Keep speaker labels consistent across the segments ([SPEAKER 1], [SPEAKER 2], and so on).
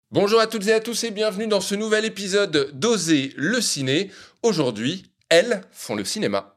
[SPEAKER 1] Bonjour à toutes et à tous et bienvenue dans ce nouvel épisode d'Oser le ciné. Aujourd'hui, elles font le cinéma.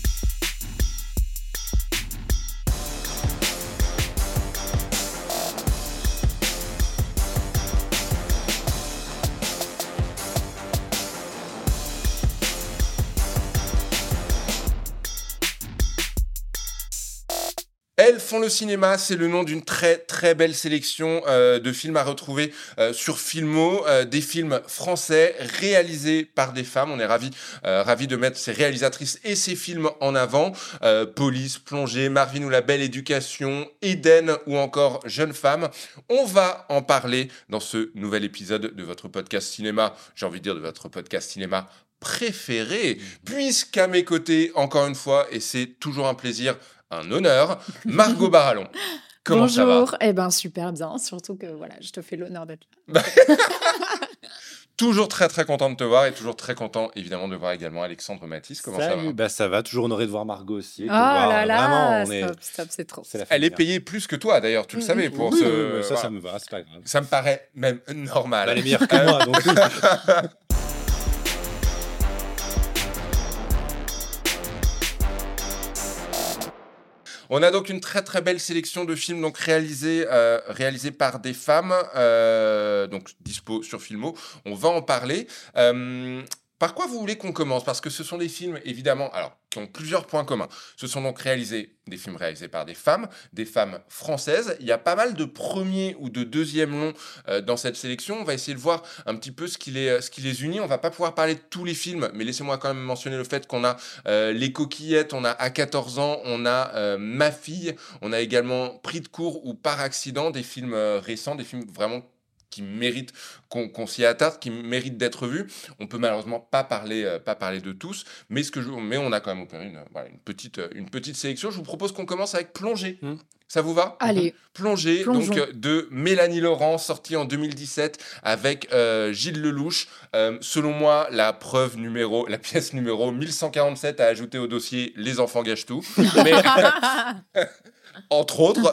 [SPEAKER 1] Elles font le cinéma, c'est le nom d'une très très belle sélection de films à retrouver sur Filmo, des films français réalisés par des femmes. On est ravis de mettre ces réalisatrices et ces films en avant. Police, Plongée, Marvin ou la Belle Éducation, Eden ou encore Jeune Femme. On va en parler dans ce nouvel épisode de votre podcast cinéma, j'ai envie de dire de votre podcast cinéma préféré, puisqu'à mes côtés, encore une fois, et c'est toujours un plaisir, un honneur, Margot Barallon. Comment ça va?
[SPEAKER 2] Bonjour, super bien, surtout que voilà, je te fais l'honneur d'être là.
[SPEAKER 1] Toujours très très content de te voir et toujours très content évidemment de voir également Alexandre Matisse. Comment ça va?
[SPEAKER 3] Salut, ça va, toujours honoré de voir Margot aussi.
[SPEAKER 2] Oh
[SPEAKER 3] de voir,
[SPEAKER 2] là
[SPEAKER 3] vraiment,
[SPEAKER 2] là, stop, c'est trop.
[SPEAKER 3] c'est la
[SPEAKER 1] Elle est
[SPEAKER 3] famille.
[SPEAKER 1] payée plus que toi d'ailleurs, tu le savais pour
[SPEAKER 3] Oui,
[SPEAKER 1] ce.
[SPEAKER 3] mais ça,
[SPEAKER 1] voilà.
[SPEAKER 3] ça me va, c'est pas grave.
[SPEAKER 1] Ça me paraît même normal.
[SPEAKER 3] Elle est meilleure que moi, donc.
[SPEAKER 1] On a donc une très très belle sélection de films donc réalisés par des femmes, donc dispo sur Filmo. On va en parler. Par quoi vous voulez qu'on commence? Parce que ce sont des films évidemment, alors qui ont plusieurs points communs. Ce sont donc des films réalisés par des femmes françaises. Il y a pas mal de premiers ou de deuxièmes longs dans cette sélection. On va essayer de voir un petit peu ce qui les unit. On va pas pouvoir parler de tous les films, mais laissez-moi quand même mentionner le fait qu'on a Les Coquillettes, on a À 14 ans, on a Ma fille, on a également Pris de court ou Par accident, des films récents, des films vraiment qui méritent qu'on s'y attarde, qui méritent d'être vus. On peut malheureusement pas parler de tous, mais on a quand même opéré une petite sélection. Je vous propose qu'on commence avec Plongée. Ça vous va?
[SPEAKER 2] Allez,
[SPEAKER 1] Plongée,
[SPEAKER 2] plongeons.
[SPEAKER 1] donc de Mélanie Laurent, sortie en 2017 avec Gilles Lelouch. Selon moi, la pièce numéro 1147 à ajouter au dossier Les enfants gâchent tout. Mais, entre autres.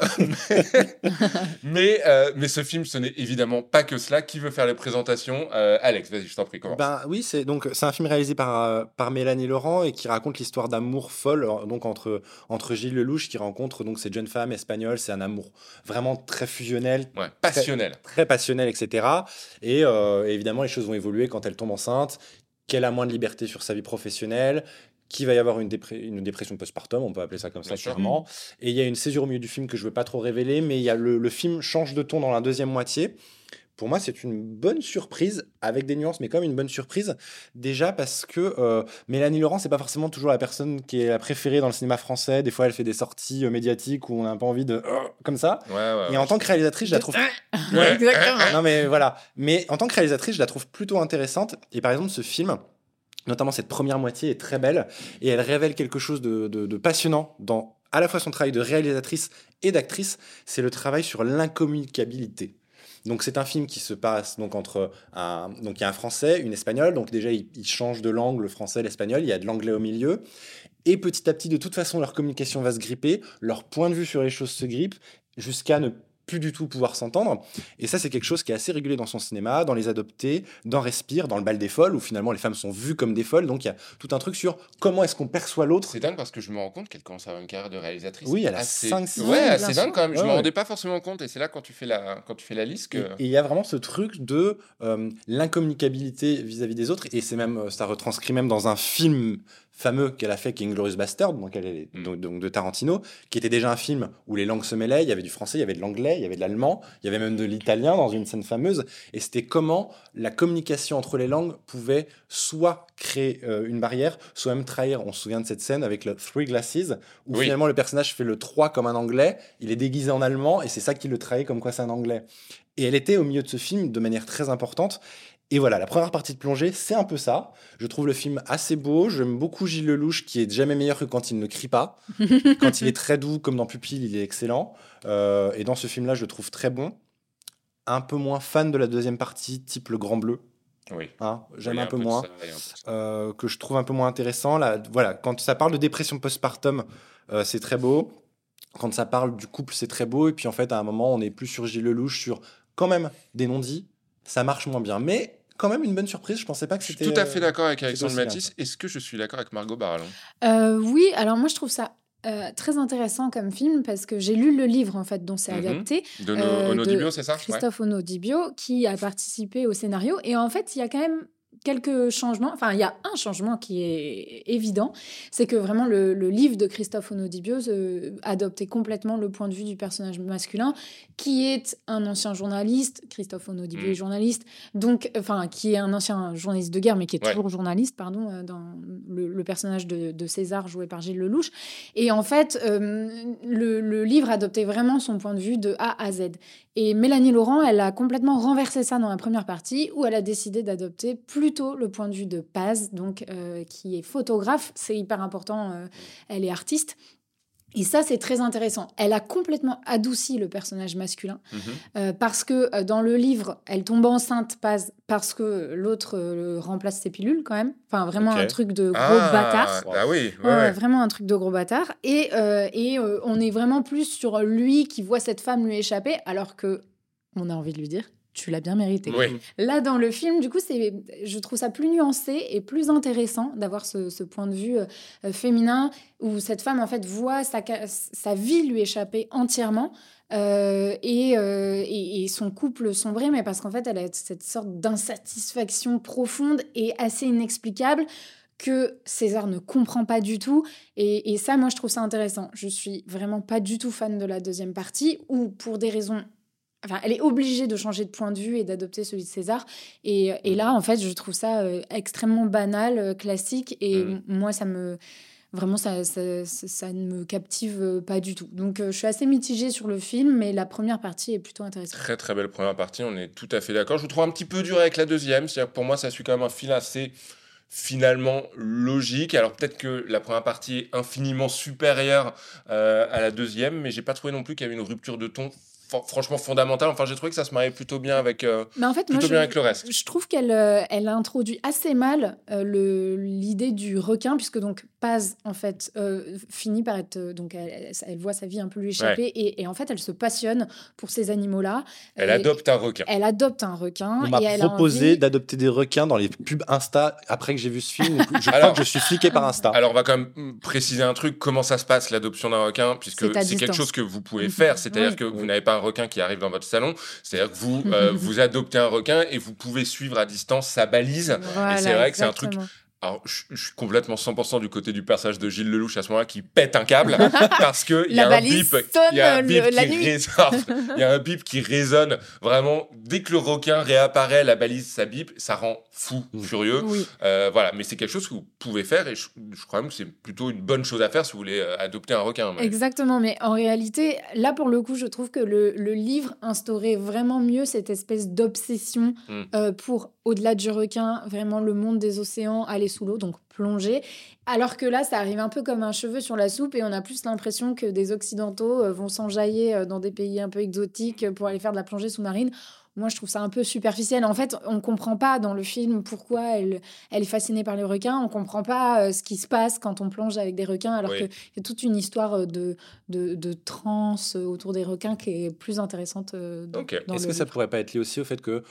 [SPEAKER 1] mais ce film, ce n'est évidemment pas que cela. Qui veut faire les présentations? Alex, vas-y, je t'en prie, commence.
[SPEAKER 3] Oui, c'est un film réalisé par Mélanie Laurent et qui raconte l'histoire d'amour folle donc entre Gilles Lelouch qui rencontre donc cette jeune femme espagnole. C'est un amour vraiment très fusionnel,
[SPEAKER 1] Ouais, passionnel.
[SPEAKER 3] très passionnel, etc. Et évidemment, les choses vont évoluer quand elle tombe enceinte, qu'elle a moins de liberté sur sa vie professionnelle, qu'il va y avoir une dépression postpartum, on peut appeler ça comme ça
[SPEAKER 1] Bien sûr.
[SPEAKER 3] clairement. Et il y a une césure au milieu du film que je ne veux pas trop révéler, mais il y a le film change de ton dans la deuxième moitié. Pour moi, c'est une bonne surprise, avec des nuances, mais quand même une bonne surprise. Déjà parce que Mélanie Laurent, c'est pas forcément toujours la personne qui est la préférée dans le cinéma français. Des fois, elle fait des sorties médiatiques où on n'a pas envie de... comme ça.
[SPEAKER 1] Ouais.
[SPEAKER 3] Et en tant que réalisatrice, je la trouve...
[SPEAKER 1] Ouais.
[SPEAKER 2] Exactement.
[SPEAKER 3] Non, mais voilà. Mais en tant que réalisatrice, je la trouve plutôt intéressante. Et par exemple, ce film, notamment cette première moitié, est très belle. Et elle révèle quelque chose de passionnant dans à la fois son travail de réalisatrice et d'actrice. C'est le travail sur l'incommunicabilité. Donc c'est un film qui se passe donc donc il y a un français, une espagnole, donc déjà ils changent de langue, le français, l'espagnol, il y a de l'anglais au milieu, et petit à petit de toute façon leur communication va se gripper, leur point de vue sur les choses se grippe, jusqu'à ne plus du tout pouvoir s'entendre. Et ça, c'est quelque chose qui est assez régulier dans son cinéma, dans Les Adoptés, dans Respire, dans Le Bal des Folles, où finalement les femmes sont vues comme des folles. Donc il y a tout un truc sur comment est-ce qu'on perçoit l'autre.
[SPEAKER 1] C'est dingue parce que je me rends compte qu'elle commence à avoir une carrière de réalisatrice.
[SPEAKER 3] Oui, elle a
[SPEAKER 1] assez...
[SPEAKER 3] 5-6
[SPEAKER 1] Ouais,
[SPEAKER 2] ans,
[SPEAKER 1] assez
[SPEAKER 2] bien
[SPEAKER 1] dingue quand même. Je
[SPEAKER 3] sûr.
[SPEAKER 1] me
[SPEAKER 3] Ouais,
[SPEAKER 1] rendais pas forcément compte. Et c'est là quand tu fais la liste que.
[SPEAKER 3] Et il y a vraiment ce truc de l'incommunicabilité vis-à-vis des autres. Et c'est même, ça retranscrit même dans un film fameux qu'elle a fait, qui est Inglourious Bastard, donc de Tarantino, qui était déjà un film où les langues se mêlaient. Il y avait du français, il y avait de l'anglais, il y avait de l'allemand, il y avait même de l'italien dans une scène fameuse. Et c'était comment la communication entre les langues pouvait soit créer une barrière, soit même trahir. On se souvient de cette scène avec le Three Glasses, où
[SPEAKER 1] Oui.
[SPEAKER 3] finalement le personnage fait le 3 comme un anglais, il est déguisé en allemand, et c'est ça qui le trahit comme quoi c'est un anglais. Et elle était au milieu de ce film de manière très importante. Et voilà, la première partie de Plongée, c'est un peu ça. Je trouve le film assez beau. J'aime beaucoup Gilles Lelouch, qui est jamais meilleur que quand il ne crie pas. Quand il est très doux, comme dans Pupille, il est excellent. Et dans ce film-là, je le trouve très bon. Un peu moins fan de la deuxième partie, type Le Grand Bleu.
[SPEAKER 1] Oui.
[SPEAKER 3] J'aime
[SPEAKER 1] Il y a
[SPEAKER 3] un peu
[SPEAKER 1] de
[SPEAKER 3] moins.
[SPEAKER 1] ça, il y a un peu de ça.
[SPEAKER 3] Que je trouve un peu moins intéressant. Là, voilà, quand ça parle de dépression postpartum, c'est très beau. Quand ça parle du couple, c'est très beau. Et puis en fait, à un moment, on n'est plus sur Gilles Lelouch, sur quand même des non-dits, ça marche moins bien. Mais quand même une bonne surprise. Je pensais pas que
[SPEAKER 1] Je suis
[SPEAKER 3] c'était.
[SPEAKER 1] tout à fait d'accord avec
[SPEAKER 3] c'était
[SPEAKER 1] Alexandre
[SPEAKER 3] aussi bien,
[SPEAKER 1] Matisse. Est-ce que je suis d'accord avec Margot Barallon?
[SPEAKER 2] Oui, alors moi je trouve ça très intéressant comme film parce que j'ai lu le livre en fait dont c'est adapté
[SPEAKER 1] De
[SPEAKER 2] de
[SPEAKER 1] Onodibio, c'est ça? Ouais.
[SPEAKER 2] Christophe Onodibio qui a participé au scénario et en fait il y a quand même quelques changements, enfin il y a un changement qui est évident, c'est que vraiment le livre de Christophe Onodibio adoptait complètement le point de vue du personnage masculin qui est un ancien journaliste, Christophe Onodibio est journaliste, donc enfin qui est un ancien journaliste de guerre mais qui est toujours journaliste, pardon, dans le personnage de César joué par Gilles Lelouch. Et en fait, le livre adoptait vraiment son point de vue de A à Z. Et Mélanie Laurent, elle a complètement renversé ça dans la première partie, où elle a décidé d'adopter plutôt le point de vue de Paz, donc, qui est photographe. C'est hyper important, elle est artiste. Et ça, c'est très intéressant. Elle a complètement adouci le personnage masculin parce que dans le livre, elle tombe enceinte parce que l'autre remplace ses pilules quand même. Enfin, vraiment un truc de gros bâtard.
[SPEAKER 1] Ah oui,
[SPEAKER 2] vraiment un truc de gros bâtard. Et on est vraiment plus sur lui qui voit cette femme lui échapper alors que on a envie de lui dire tu l'as bien mérité.
[SPEAKER 1] Oui.
[SPEAKER 2] Là, dans le film, du coup, je trouve ça plus nuancé et plus intéressant d'avoir ce point de vue féminin où cette femme, en fait, voit sa vie lui échapper entièrement et son couple sombrer, mais parce qu'en fait, elle a cette sorte d'insatisfaction profonde et assez inexplicable que César ne comprend pas du tout. Et ça, moi, je trouve ça intéressant. Je suis vraiment pas du tout fan de la deuxième partie, où pour des raisons... Enfin, elle est obligée de changer de point de vue et d'adopter celui de César. Et là, en fait, je trouve ça extrêmement banal, classique. Et moi, ça me... Vraiment, ça ne me captive pas du tout. Donc, je suis assez mitigée sur le film, mais la première partie est plutôt intéressante.
[SPEAKER 1] Très, très belle première partie. On est tout à fait d'accord. Je vous trouve un petit peu dur avec la deuxième. C'est-à-dire que pour moi, ça suit quand même un fil assez... finalement logique. Alors peut-être que la première partie est infiniment supérieure à la deuxième, mais j'ai pas trouvé non plus qu'il y avait une rupture de ton franchement fondamentale. Enfin, j'ai trouvé que ça se mariait plutôt bien avec,
[SPEAKER 2] mais en fait,
[SPEAKER 1] plutôt bien avec le reste.
[SPEAKER 2] Je trouve qu'elle elle introduit assez mal l'idée du requin, puisque donc Paz, en fait, finit par être... donc elle voit sa vie un peu lui échapper, et en fait, elle se passionne pour ces animaux-là.
[SPEAKER 1] Elle adopte un requin.
[SPEAKER 2] Elle adopte un requin.
[SPEAKER 3] On m'a proposé d'adopter des requins dans les pubs Insta après que j'ai vu ce film. Je crois que je suis fliqué par Insta.
[SPEAKER 1] Alors, on va quand même préciser un truc. Comment ça se passe, l'adoption d'un requin? Puisque c'est quelque chose que vous pouvez faire. C'est-à-dire que vous n'avez pas un requin qui arrive dans votre salon. C'est-à-dire que vous, vous adoptez un requin et vous pouvez suivre à distance sa balise.
[SPEAKER 2] Voilà,
[SPEAKER 1] et c'est vrai
[SPEAKER 2] exactement.
[SPEAKER 1] que c'est un truc... Alors, je suis complètement 100% du côté du personnage de Gilles Lelouch à ce moment-là qui pète un câble parce que il y a un bip, il y a un bip qui résonne, il y a un bip qui résonne vraiment dès que le requin réapparaît, la balise ça bip, ça rend fou, furieux.
[SPEAKER 2] Oui.
[SPEAKER 1] Voilà, mais c'est quelque chose que vous pouvez faire et je crois même que c'est plutôt une bonne chose à faire si vous voulez adopter un requin. Mais...
[SPEAKER 2] Exactement, mais en réalité, là pour le coup, je trouve que le livre instaurait vraiment mieux cette espèce d'obsession pour, au-delà du requin, vraiment le monde des océans, aller sous l'eau, donc plonger. Alors que là, ça arrive un peu comme un cheveu sur la soupe et on a plus l'impression que des Occidentaux vont s'enjailler dans des pays un peu exotiques pour aller faire de la plongée sous-marine. Moi, je trouve ça un peu superficiel. En fait, on ne comprend pas dans le film pourquoi elle est fascinée par les requins. On ne comprend pas ce qui se passe quand on plonge avec des requins, alors qu'il y a toute une histoire de transe autour des requins qui est plus intéressante.
[SPEAKER 3] Est-ce que ça pourrait pas être lié aussi au fait que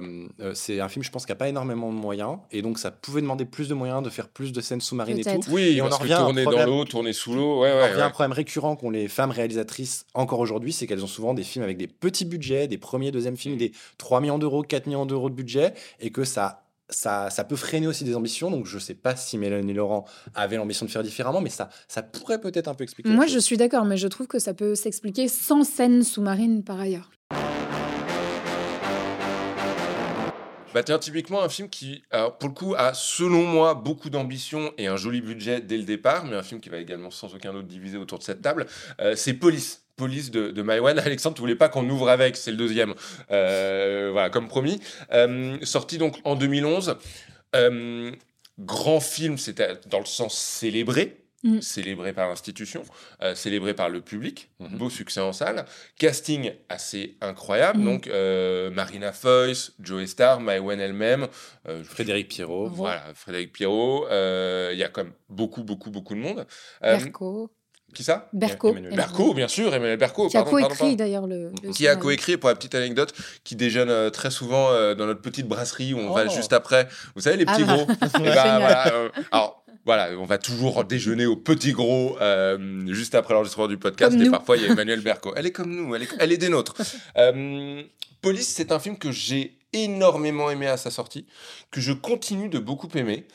[SPEAKER 3] c'est un film, je pense, qui n'a pas énormément de moyens, et donc ça pouvait demander plus de moyens, de faire plus de scènes sous-marines et tout.
[SPEAKER 1] Oui,
[SPEAKER 3] et
[SPEAKER 1] on en revient tourner dans l'eau, tourner sous l'eau. On
[SPEAKER 3] revient à un problème récurrent qu'ont les femmes réalisatrices encore aujourd'hui, c'est qu'elles ont souvent des films avec des petits budgets, des premiers, deuxièmes films, des 3 millions d'euros, 4 millions d'euros de budget, et que ça peut freiner aussi des ambitions. Donc je sais pas si Mélanie Laurent avait l'ambition de faire différemment, mais ça pourrait peut-être un peu expliquer.
[SPEAKER 2] Moi je suis d'accord, mais je trouve que ça peut s'expliquer sans scène sous-marine par ailleurs.
[SPEAKER 1] Bah, tiens, typiquement un film qui, alors, pour le coup, a selon moi beaucoup d'ambition et un joli budget dès le départ, mais un film qui va également sans aucun doute diviser autour de cette table, c'est Police de Maïwenn. Alexandre, tu voulais pas qu'on ouvre avec, c'est le deuxième, voilà, comme promis. Sorti donc en 2011. Grand film, c'était dans le sens célébré. Célébré par l'institution, célébré par le public, beau succès en salle, casting assez incroyable, donc Marina Foïs, Joey Starr, Maïwenn elle-même,
[SPEAKER 3] Frédéric Pierrot.
[SPEAKER 1] Voilà, Frédéric Pierrot, il y a quand même beaucoup de monde.
[SPEAKER 2] Berco.
[SPEAKER 1] Qui ça?
[SPEAKER 2] Berco.
[SPEAKER 1] Berco, bien sûr, Emmanuel Berco.
[SPEAKER 2] Qui a coécrit d'ailleurs le
[SPEAKER 1] qui a coécrit, pour la petite anecdote, qui déjeune très souvent dans notre petite brasserie où on va juste après. Vous savez, les petits gros. Et alors, voilà, on va toujours déjeuner au petit gros juste après l'enregistrement du podcast.
[SPEAKER 2] Comme
[SPEAKER 1] et
[SPEAKER 2] nous.
[SPEAKER 1] parfois, il y a Emmanuel Berco. Elle est comme nous, elle est des nôtres. Police, c'est un film que j'ai énormément aimé à sa sortie, que je continue de beaucoup aimer.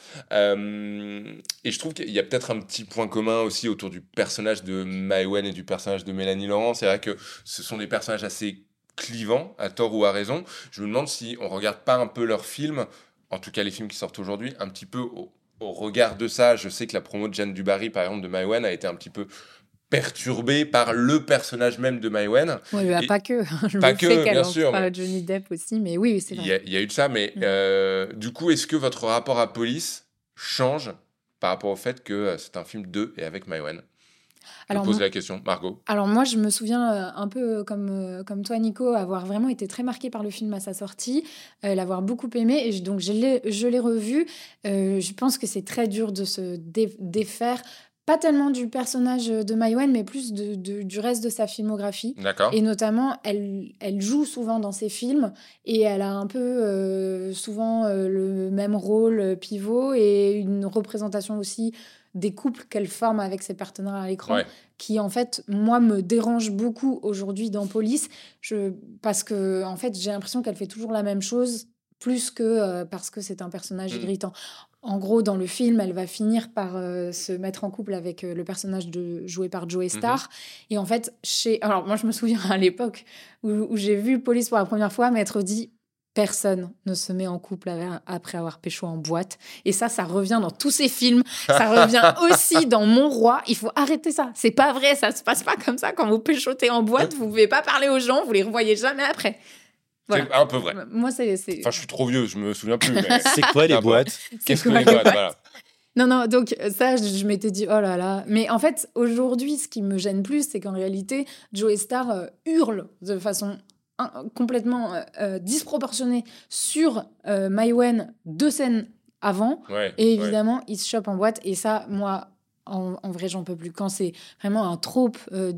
[SPEAKER 1] Et je trouve qu'il y a peut-être un petit point commun aussi autour du personnage de Maïwenn et du personnage de Mélanie Laurent. C'est vrai que ce sont des personnages assez clivants, à tort ou à raison. Je me demande si on regarde pas un peu leurs films, en tout cas les films qui sortent aujourd'hui, un petit peu au regard de ça. Je sais que la promo de Jeanne Dubarry, par exemple, de Maïwenn, a été un petit peu perturbée par le personnage même de Maïwenn.
[SPEAKER 2] Oui, pas que.
[SPEAKER 1] Pas que, bien sûr.
[SPEAKER 2] Mais... Johnny Depp aussi, mais oui, c'est vrai.
[SPEAKER 1] Il y a eu de ça, mais du coup, est-ce que votre rapport à Police change par rapport au fait que c'est un film de et avec Maïwenn? Je vous pose la question, Margot.
[SPEAKER 2] Alors moi, je me souviens un peu comme toi, Nico, avoir vraiment été très marquée par le film à sa sortie, l'avoir beaucoup aimé, et donc je l'ai revu. Je pense que c'est très dur de se défaire, pas tellement du personnage de Maïwenn, mais plus du reste de sa filmographie.
[SPEAKER 1] D'accord.
[SPEAKER 2] Et notamment, elle joue souvent dans ses films, et elle a un peu souvent le même rôle pivot, et une représentation aussi des couples qu'elle forme avec ses partenaires à l'écran, qui en fait, moi, me dérange beaucoup aujourd'hui dans Police, parce que en fait, j'ai l'impression qu'elle fait toujours la même chose, plus que parce que c'est un personnage irritant. En gros, dans le film, elle va finir par se mettre en couple avec le personnage joué par Joey Starr. Et en fait, alors moi, je me souviens à l'époque où j'ai vu Police pour la première fois, m'être dit... Personne ne se met en couple après avoir pécho en boîte. Et ça revient dans tous ces films. Ça revient aussi dans Mon Roi. Il faut arrêter ça. C'est pas vrai. Ça se passe pas comme ça. Quand vous péchotez en boîte, vous pouvez pas parler aux gens. Vous les revoyez jamais après. Voilà.
[SPEAKER 1] C'est un peu vrai.
[SPEAKER 2] Moi, c'est...
[SPEAKER 1] Enfin, je suis trop vieux. Je me souviens plus. Mais...
[SPEAKER 3] C'est quoi les boîtes?
[SPEAKER 1] Qu'est-ce que les boîtes? Voilà.
[SPEAKER 2] Non, donc ça, je m'étais dit, oh là là. Mais en fait, aujourd'hui, ce qui me gêne plus, c'est qu'en réalité, Joey Starr hurle de façon... complètement disproportionné sur Maïwenn 2 scènes avant, et évidemment il se chope en boîte, et ça, moi, en vrai, j'en peux plus. Quand c'est vraiment un trope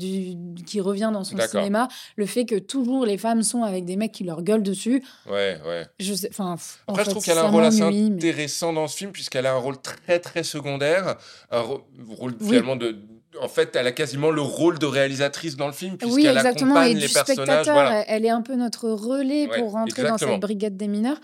[SPEAKER 2] qui revient dans son cinéma, le fait que toujours les femmes sont avec des mecs qui leur gueulent dessus, je sais,
[SPEAKER 1] après, je trouve qu'elle a un rôle assez intéressant dans ce film, puisqu'elle a un rôle très très secondaire, un rôle finalement en fait, elle a quasiment le rôle de réalisatrice dans le film, puisqu'elle accompagne les personnages.
[SPEAKER 2] Voilà. Elle est un peu notre relais pour rentrer dans cette brigade des mineurs.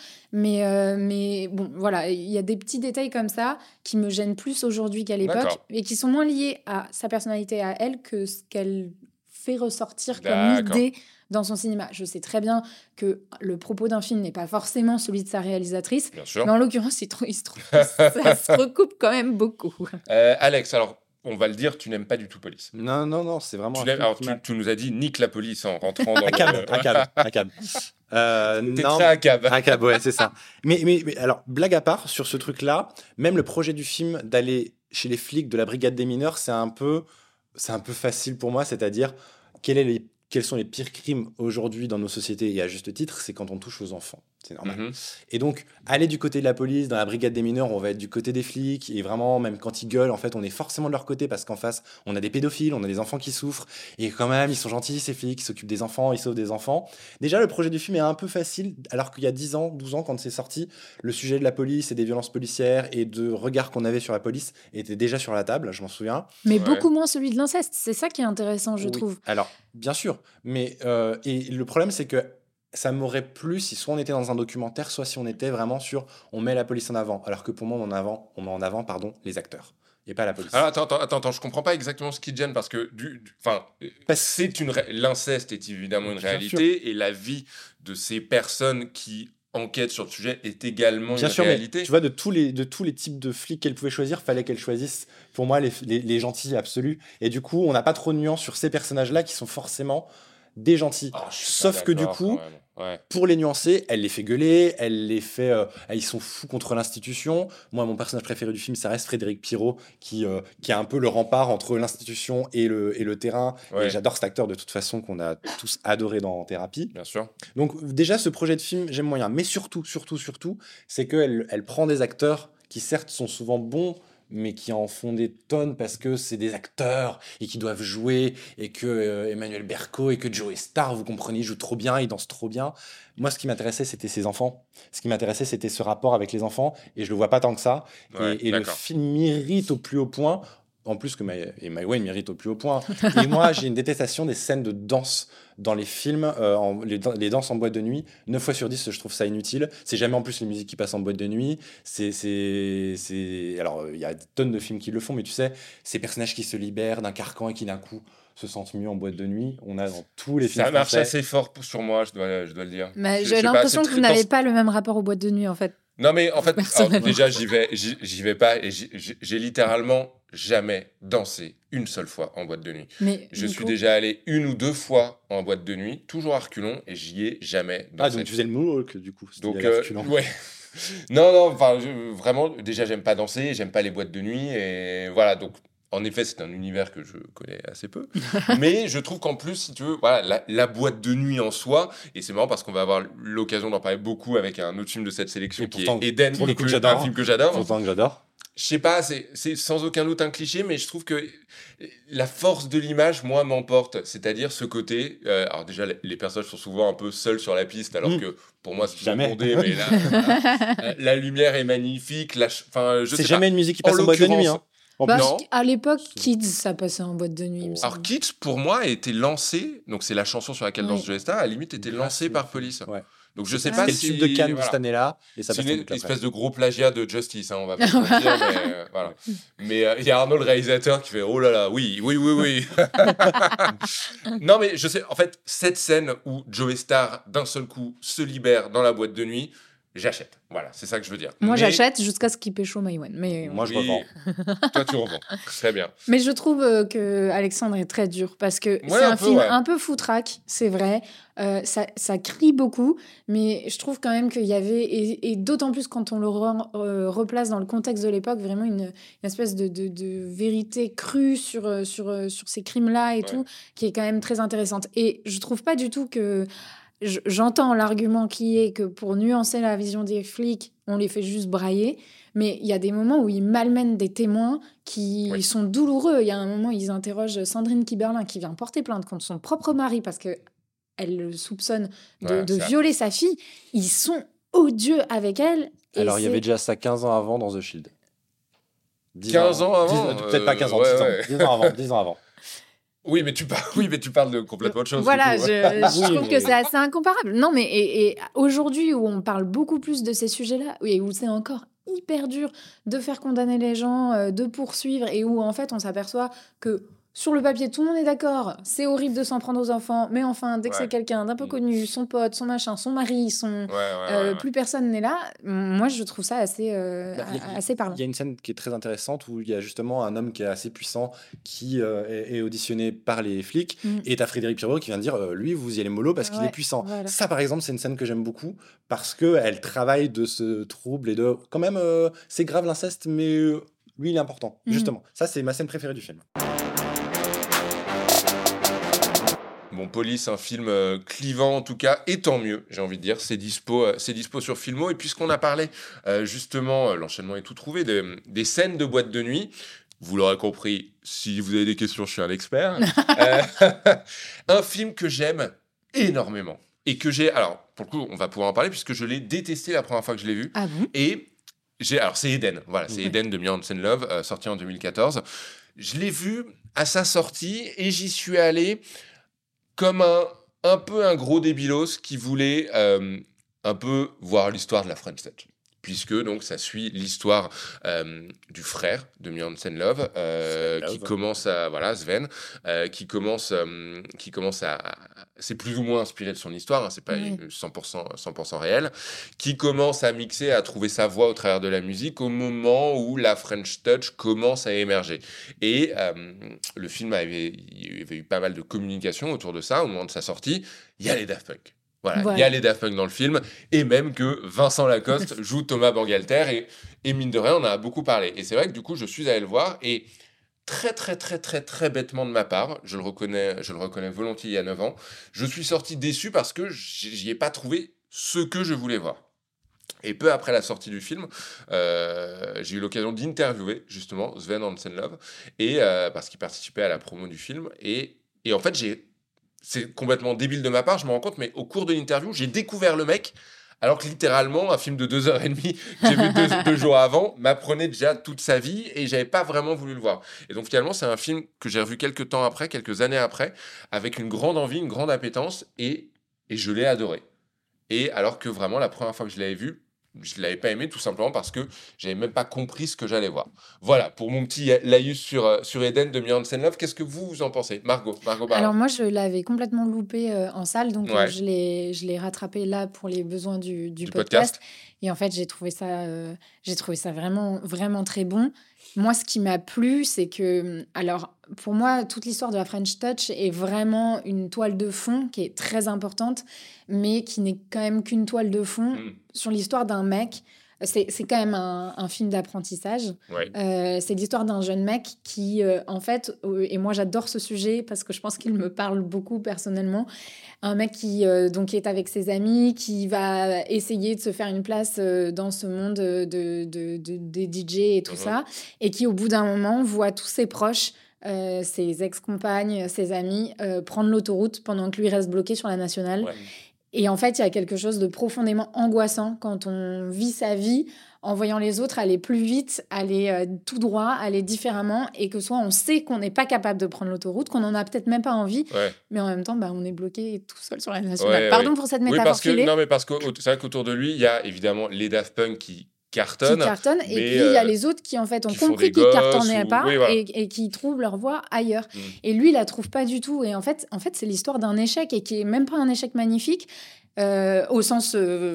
[SPEAKER 2] Mais bon, voilà, il y a des petits détails comme ça qui me gênent plus aujourd'hui qu'à l'époque, et qui sont moins liés à sa personnalité à elle que ce qu'elle fait ressortir comme idée dans son cinéma. Je sais très bien que le propos d'un film n'est pas forcément celui de sa réalisatrice, mais en l'occurrence, il se trouve que ça se recoupe quand même beaucoup.
[SPEAKER 1] Alex, alors, on va le dire, tu n'aimes pas du tout Police.
[SPEAKER 3] Non, c'est vraiment...
[SPEAKER 1] Tu nous as dit nique la police en rentrant dans
[SPEAKER 3] Accab.
[SPEAKER 1] T'es très accab.
[SPEAKER 3] Accab, ouais, c'est ça. Mais alors, blague à part, sur ce truc-là, même le projet du film d'aller chez les flics de la brigade des mineurs, c'est un peu facile pour moi, c'est-à-dire quels sont les pires crimes aujourd'hui dans nos sociétés, et à juste titre, c'est quand on touche aux enfants. C'est normal. Et donc, aller du côté de la police, dans la brigade des mineurs, on va être du côté des flics, et vraiment, même quand ils gueulent, en fait, on est forcément de leur côté, parce qu'en face, on a des pédophiles, on a des enfants qui souffrent, et quand même, ils sont gentils, ces flics, ils s'occupent des enfants, ils sauvent des enfants. Déjà, le projet du film est un peu facile, alors qu'il y a 10 ans, 12 ans, quand c'est sorti, le sujet de la police et des violences policières, et de regard qu'on avait sur la police, était déjà sur la table, je m'en souviens.
[SPEAKER 2] Mais beaucoup moins celui de l'inceste, c'est ça qui est intéressant, je trouve.
[SPEAKER 3] Alors, bien sûr, mais et le problème, c'est que ça m'aurait plu si soit on était dans un documentaire, soit si on était vraiment sur on met la police en avant, alors que pour moi on met en avant les acteurs et pas la police.
[SPEAKER 1] Alors attends, je comprends pas exactement ce qui te gêne, parce que l'inceste est évidemment une réalité, et la vie de ces personnes qui enquêtent sur le sujet est également une réalité.
[SPEAKER 3] Mais, tu vois, de tous les types de flics qu'elle pouvait choisir, fallait qu'elle choisisse pour moi les gentils absolus, et du coup on n'a pas trop de nuances sur ces personnages-là qui sont forcément des gentils. Sauf que du coup, pour les nuancer, elle les fait gueuler, elle les fait... ils sont fous contre l'institution. Moi, mon personnage préféré du film, ça reste Frédéric Pirot, qui est un peu le rempart entre l'institution et le terrain. Et j'adore cet acteur, de toute façon, qu'on a tous adoré dans Thérapie.
[SPEAKER 1] Bien sûr.
[SPEAKER 3] Donc déjà, ce projet de film, j'aime moyen. Mais surtout, c'est qu'elle prend des acteurs qui, certes, sont souvent bons mais qui en font des tonnes parce que c'est des acteurs et qui doivent jouer, et que Emmanuel Berco et que Joey Starr, vous comprenez, ils jouent trop bien, ils dansent trop bien. Moi, ce qui m'intéressait, c'était ses enfants. Ce qui m'intéressait, c'était ce rapport avec les enfants, et je le vois pas tant que ça.
[SPEAKER 1] Ouais,
[SPEAKER 3] Et le
[SPEAKER 1] d'accord.
[SPEAKER 3] film mérite au plus haut point, en plus que My Way mérite au plus haut point. Et moi, j'ai une détestation des scènes de danse dans les films, les danses en boîte de nuit. 9 fois sur 10, je trouve ça inutile. C'est jamais en plus les musiques qui passent en boîte de nuit. Alors, il y a des tonnes de films qui le font, mais tu sais, ces personnages qui se libèrent d'un carcan et qui d'un coup se sentent mieux en boîte de nuit. On a dans tous les films
[SPEAKER 1] Ça marche
[SPEAKER 3] français.
[SPEAKER 1] assez fort sur moi, je dois le dire.
[SPEAKER 2] Mais
[SPEAKER 1] Je
[SPEAKER 2] j'ai
[SPEAKER 1] sais pas,
[SPEAKER 2] l'impression
[SPEAKER 1] c'est
[SPEAKER 2] que vous
[SPEAKER 1] très-
[SPEAKER 2] n'avez pas le même rapport aux boîtes de nuit, en fait.
[SPEAKER 1] Non, mais en fait,
[SPEAKER 2] Personnellement.
[SPEAKER 1] déjà, j'y vais pas et j'ai littéralement jamais dansé une seule fois en boîte de nuit.
[SPEAKER 2] Mais
[SPEAKER 1] Je
[SPEAKER 2] du
[SPEAKER 1] suis
[SPEAKER 2] coup-
[SPEAKER 1] déjà allé 1 ou 2 fois en boîte de nuit, toujours à reculons, et j'y ai jamais
[SPEAKER 3] Ah,
[SPEAKER 1] dansé.
[SPEAKER 3] donc tu faisais le moonwalk, du coup. c'était
[SPEAKER 1] Donc,
[SPEAKER 3] la reculons.
[SPEAKER 1] ouais. Non, enfin, vraiment, déjà, j'aime pas danser, j'aime pas les boîtes de nuit, et voilà, donc, en effet, c'est un univers que je connais assez peu, mais je trouve qu'en plus, si tu veux, voilà, la boîte de nuit en soi, et c'est marrant parce qu'on va avoir l'occasion d'en parler beaucoup avec un autre film de cette sélection
[SPEAKER 3] Et
[SPEAKER 1] qui
[SPEAKER 3] pourtant,
[SPEAKER 1] est Eden,
[SPEAKER 3] pour le coup,
[SPEAKER 1] un
[SPEAKER 3] j'adore.
[SPEAKER 1] film que j'adore.
[SPEAKER 3] Pourtant que j'adore.
[SPEAKER 1] Je sais pas, c'est sans aucun doute un cliché, mais je trouve que la force de l'image, moi, m'emporte. C'est-à-dire ce côté. Alors, déjà, les personnages sont souvent un peu seuls sur la piste, alors que pour moi, c'est
[SPEAKER 3] Jamais.
[SPEAKER 1] bondé, mais là, la lumière est magnifique. Enfin, je
[SPEAKER 3] C'est
[SPEAKER 1] sais
[SPEAKER 3] jamais
[SPEAKER 1] pas.
[SPEAKER 3] une musique qui passe en boîte de nuit. Hein. En
[SPEAKER 2] Bah,
[SPEAKER 3] plus.
[SPEAKER 1] Non.
[SPEAKER 2] à l'époque, Kids, ça passait en boîte de nuit, il me
[SPEAKER 1] Alors,
[SPEAKER 2] semble.
[SPEAKER 1] Kids, pour moi, a été lancé. Donc, c'est la chanson sur laquelle
[SPEAKER 2] Oui.
[SPEAKER 1] danse Joe Star, à la limite, était
[SPEAKER 3] Grâce
[SPEAKER 1] lancée
[SPEAKER 3] au
[SPEAKER 1] par
[SPEAKER 3] film.
[SPEAKER 1] Police.
[SPEAKER 3] Ouais.
[SPEAKER 1] Donc, je sais
[SPEAKER 2] Ah.
[SPEAKER 1] pas
[SPEAKER 3] C'était
[SPEAKER 1] si.
[SPEAKER 3] le tube de Cannes de
[SPEAKER 1] voilà.
[SPEAKER 3] cette année-là, et ça
[SPEAKER 1] C'est
[SPEAKER 3] passe en
[SPEAKER 1] une
[SPEAKER 3] boucle après.
[SPEAKER 1] espèce de gros plagiat de Justice, hein, on va pas se mentir, mais voilà. Mais il y a Arnaud le réalisateur qui fait oh là là, oui. Non, mais je sais, en fait, cette scène où Joey Starr, d'un seul coup, se libère dans la boîte de nuit, j'achète. Voilà, c'est ça que je veux dire.
[SPEAKER 2] Moi,
[SPEAKER 1] Mais-
[SPEAKER 2] j'achète jusqu'à ce qu'il pécho Maïwen. Mais,
[SPEAKER 3] Moi, je
[SPEAKER 1] Oui.
[SPEAKER 3] revends.
[SPEAKER 1] Toi, tu revends. Très bien.
[SPEAKER 2] mais je trouve que Alexandre est très dur parce que c'est
[SPEAKER 1] un
[SPEAKER 2] un
[SPEAKER 1] peu,
[SPEAKER 2] film
[SPEAKER 1] ouais.
[SPEAKER 2] un peu foutraque, c'est vrai. Ça crie beaucoup, mais je trouve quand même qu'il y avait, et d'autant plus quand on le replace dans le contexte de l'époque, vraiment une espèce de vérité crue sur ces crimes-là et
[SPEAKER 1] Ouais.
[SPEAKER 2] tout, qui est quand même très intéressante. Et je trouve pas du tout que... J'entends l'argument qui est que pour nuancer la vision des flics, on les fait juste brailler, mais il y a des moments où ils malmènent des témoins qui
[SPEAKER 1] Oui.
[SPEAKER 2] sont douloureux. Il y a un moment, ils interrogent Sandrine Kiberlin qui vient porter plainte contre son propre mari parce que elle le soupçonne
[SPEAKER 1] Ouais,
[SPEAKER 2] de
[SPEAKER 1] ça.
[SPEAKER 2] violer sa fille. Ils sont odieux avec elle. et
[SPEAKER 3] Alors, il y
[SPEAKER 2] c'est-
[SPEAKER 3] avait déjà ça 15 ans avant dans The Shield. 10
[SPEAKER 1] 15 ans avant,
[SPEAKER 3] Peut-être pas 15 ans,
[SPEAKER 1] ouais,
[SPEAKER 3] 10 ans.
[SPEAKER 1] ouais.
[SPEAKER 3] 10 ans avant. 10 ans avant.
[SPEAKER 1] Oui, mais tu parles de complètement autre chose.
[SPEAKER 2] Voilà,
[SPEAKER 1] du coup.
[SPEAKER 2] je
[SPEAKER 3] Oui,
[SPEAKER 2] trouve
[SPEAKER 3] mais-
[SPEAKER 2] que c'est assez incomparable. Non, mais et aujourd'hui où on parle beaucoup plus de ces sujets-là, et où c'est encore hyper dur de faire condamner les gens, de poursuivre, et où en fait on s'aperçoit que sur le papier tout le monde est d'accord, c'est horrible de s'en prendre aux enfants, mais enfin dès que
[SPEAKER 1] Ouais.
[SPEAKER 2] c'est quelqu'un d'un peu connu, son pote, son machin, son mari,
[SPEAKER 1] Ouais.
[SPEAKER 2] plus personne n'est là. Moi je trouve ça assez, assez parlant.
[SPEAKER 3] Il y a une scène qui est très intéressante où il y a justement un homme qui est assez puissant qui est auditionné par les flics.
[SPEAKER 2] Mm.
[SPEAKER 3] Et t'as Frédéric Pierrot qui vient dire lui, vous y allez mollo parce qu'il
[SPEAKER 2] Ouais,
[SPEAKER 3] est puissant.
[SPEAKER 2] voilà.
[SPEAKER 3] Ça, par exemple, c'est une scène que j'aime beaucoup parce qu'elle travaille de ce trouble et de. Quand même, c'est grave l'inceste, mais lui, il est important.
[SPEAKER 2] Mm.
[SPEAKER 3] Justement. Ça, c'est ma scène préférée du film.
[SPEAKER 1] Bon, Police, un film clivant en tout cas, et tant mieux, j'ai envie de dire. C'est dispo sur Filmo. Et puisqu'on a parlé, justement, l'enchaînement est tout trouvé, des scènes de boîte de nuit, vous l'aurez compris, si vous avez des questions, je suis un expert. Un film que j'aime énormément. Et que j'ai... Alors, pour le coup, on va pouvoir en parler, puisque je l'ai détesté la première fois que je l'ai vu.
[SPEAKER 2] Ah bon?
[SPEAKER 1] Et alors c'est Eden, voilà, c'est
[SPEAKER 2] Ouais.
[SPEAKER 1] Eden de Mia Hansen-Love, sorti en 2014. Je l'ai vu à sa sortie et j'y suis allé comme un peu un gros débilos qui voulait un peu voir l'histoire de la French Touch. Puisque donc ça suit l'histoire du frère de Mia Hansen-Love, qui commence à Sven, qui commence à c'est plus ou moins inspiré de son histoire, hein, c'est pas
[SPEAKER 2] Oui.
[SPEAKER 1] 100% réel, qui commence à mixer, à trouver sa voix au travers de la musique au moment où la French Touch commence à émerger. Et le film il y avait eu pas mal de communication autour de ça au moment de sa sortie. Il y a les Daft Punk. Voilà, il y a les Daft Punk dans le film, et même que Vincent Lacoste joue Thomas Bangalter, et mine de rien, on en a beaucoup parlé. Et c'est vrai que du coup, je suis allé le voir, et très, très, très, très, très bêtement de ma part, je le reconnais volontiers il y a 9 ans, je suis sorti déçu parce que j'y ai pas trouvé ce que je voulais voir. Et peu après la sortie du film, j'ai eu l'occasion d'interviewer justement Sven Hansenlove, parce qu'il participait à la promo du film. Et en fait, c'est complètement débile de ma part, je me rends compte, mais au cours de l'interview, j'ai découvert le mec, alors que littéralement, un film de 2h30 que j'ai vu deux jours avant m'apprenait déjà toute sa vie et j'avais pas vraiment voulu le voir. Et donc finalement, c'est un film que j'ai revu quelques années après, avec une grande envie, une grande appétence, et je l'ai adoré. Et alors que vraiment, la première fois que je l'avais vu, je ne l'avais pas aimé tout simplement parce que j'avais même pas compris ce que j'allais voir. Voilà, pour mon petit laïus sur Eden de Mia Hansen-Love, qu'est-ce que vous en pensez? Margot Barra.
[SPEAKER 2] Alors moi, je l'avais complètement loupé en salle, donc
[SPEAKER 1] Ouais.
[SPEAKER 2] je l'ai rattrapé là pour les besoins du
[SPEAKER 1] Du
[SPEAKER 2] podcast.
[SPEAKER 1] podcast.
[SPEAKER 2] Et en fait, j'ai trouvé ça vraiment, vraiment très bon. Moi, ce qui m'a plu, c'est que, alors, pour moi, toute l'histoire de la French Touch est vraiment une toile de fond qui est très importante, mais qui n'est quand même qu'une toile de fond sur l'histoire d'un mec. C'est quand même un film d'apprentissage.
[SPEAKER 1] Ouais.
[SPEAKER 2] C'est l'histoire d'un jeune mec qui, en fait, et moi j'adore ce sujet parce que je pense qu'il me parle beaucoup personnellement, un mec qui donc est avec ses amis, qui va essayer de se faire une place dans ce monde des DJ et tout ça, et qui au bout d'un moment voit tous ses proches, ses ex-compagnes, ses amis, prendre l'autoroute pendant que lui reste bloqué sur la nationale.
[SPEAKER 1] Ouais.
[SPEAKER 2] Et en fait, il y a quelque chose de profondément angoissant quand on vit sa vie en voyant les autres aller plus vite, aller tout droit, aller différemment, et que soit on sait qu'on n'est pas capable de prendre l'autoroute, qu'on n'en a peut-être même pas envie, mais en même temps, on est bloqué tout seul sur la nationale. Pardon pour cette métaphore filée.
[SPEAKER 1] Non, mais parce que c'est vrai qu'autour de lui, il y a évidemment les Daft Punk qui cartonnent.
[SPEAKER 2] Et puis il y a les autres qui en fait ont compris qu'ils cartonnaient pas et qui trouvent leur voie ailleurs. Et lui, il la trouve pas du tout. Et en fait c'est l'histoire d'un échec et qui est même pas un échec magnifique. Au sens,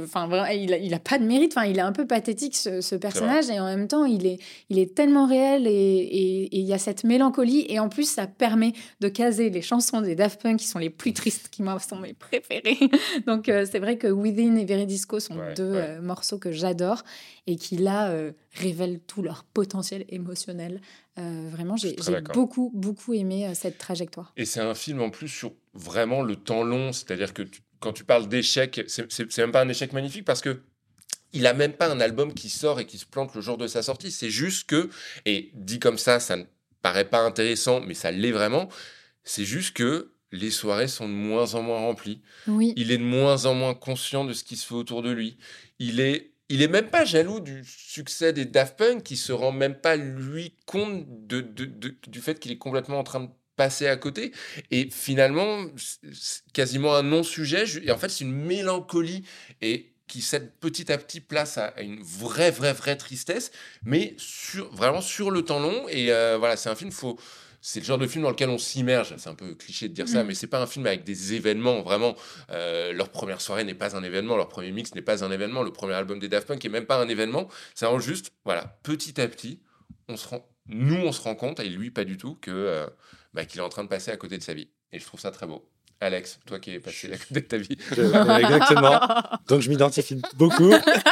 [SPEAKER 2] il a pas de mérite. Enfin, il est un peu pathétique ce personnage et en même temps, il est tellement réel et il y a cette mélancolie et en plus, ça permet de caser les chansons des Daft Punk qui sont les plus tristes, qui moi sont mes préférées. Donc, c'est vrai que Within et Veridisco sont deux morceaux que j'adore et qui là révèlent tout leur potentiel émotionnel. Vraiment, j'ai beaucoup aimé cette trajectoire.
[SPEAKER 1] Et c'est un film en plus sur vraiment le temps long, c'est-à-dire que quand tu parles d'échec, c'est même pas un échec magnifique parce que il a même pas un album qui sort et qui se plante le jour de sa sortie. C'est juste que, et dit comme ça ne paraît pas intéressant, mais ça l'est vraiment. C'est juste que les soirées sont de moins en moins remplies.
[SPEAKER 2] Oui.
[SPEAKER 1] Il est de moins en moins conscient de ce qui se fait autour de lui. Il est même pas jaloux du succès des Daft Punk, qui se rend même pas lui compte du fait qu'il est complètement en train de passer à côté. Et finalement, c'est quasiment un non-sujet. Et en fait, c'est une mélancolie et qui cède petit à petit place à une vraie tristesse, mais vraiment sur le temps long. Et voilà, c'est un film, c'est le genre de film dans lequel on s'immerge. C'est un peu cliché de dire ça, mais c'est pas un film avec des événements. Vraiment, leur première soirée n'est pas un événement, leur premier mix n'est pas un événement, le premier album des Daft Punk est même pas un événement. C'est vraiment juste, voilà, petit à petit, on se rend compte, et lui pas du tout, que qu'il est en train de passer à côté de sa vie. Et je trouve ça très beau. Alex, toi qui es passé à côté de ta vie.
[SPEAKER 3] Exactement. Donc je m'identifie beaucoup.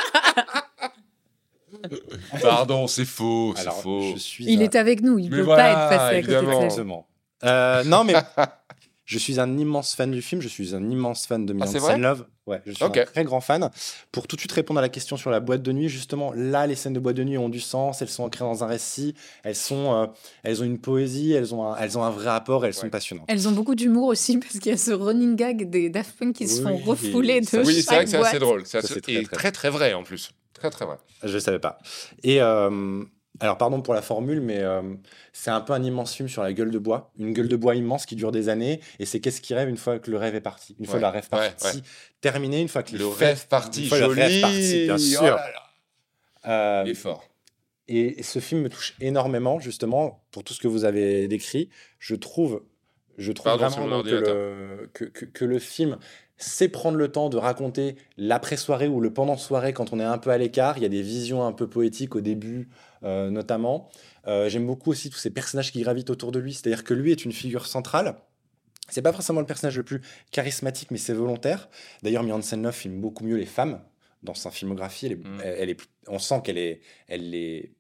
[SPEAKER 1] Pardon, c'est faux.
[SPEAKER 2] Il est avec nous, il ne peut pas être passé à côté de sa vie.
[SPEAKER 3] Non, mais je suis un immense fan du film, je suis un immense fan de Mia Hansen-Love. Ouais, je suis un très grand fan. Pour tout de suite répondre à la question sur la boîte de nuit, justement, là, les scènes de boîte de nuit ont du sens, elles sont ancrées dans un récit, elles ont une poésie, elles ont un vrai apport, elles sont passionnantes.
[SPEAKER 2] Elles ont beaucoup d'humour aussi, parce qu'il y a ce running gag des Daft Punk qui se font refouler de chaque boîte.
[SPEAKER 1] Oui, c'est vrai que c'est assez drôle. C'est très vrai, en plus. Très vrai.
[SPEAKER 3] Je ne savais pas. Et alors, pardon pour la formule, mais c'est un peu un immense film sur la gueule de bois. Une gueule de bois immense qui dure des années. Et c'est qu'est-ce qui rêve une fois que le rêve est parti. Une fois la rêve partie terminée, une fois que
[SPEAKER 1] le rêve parti, joli.
[SPEAKER 3] Le rêve parti, bien sûr.
[SPEAKER 1] Oh là là. Il est fort.
[SPEAKER 3] Et ce film me touche énormément, justement, pour tout ce que vous avez décrit. Je trouve vraiment que le film c'est prendre le temps de raconter l'après-soirée ou le pendant-soirée quand on est un peu à l'écart. Il y a des visions un peu poétiques au début, notamment. J'aime beaucoup aussi tous ces personnages qui gravitent autour de lui. C'est-à-dire que lui est une figure centrale. C'est pas forcément le personnage le plus charismatique, mais c'est volontaire. D'ailleurs, Mia Hansen-Love filme beaucoup mieux les femmes dans sa filmographie. On sent qu'elle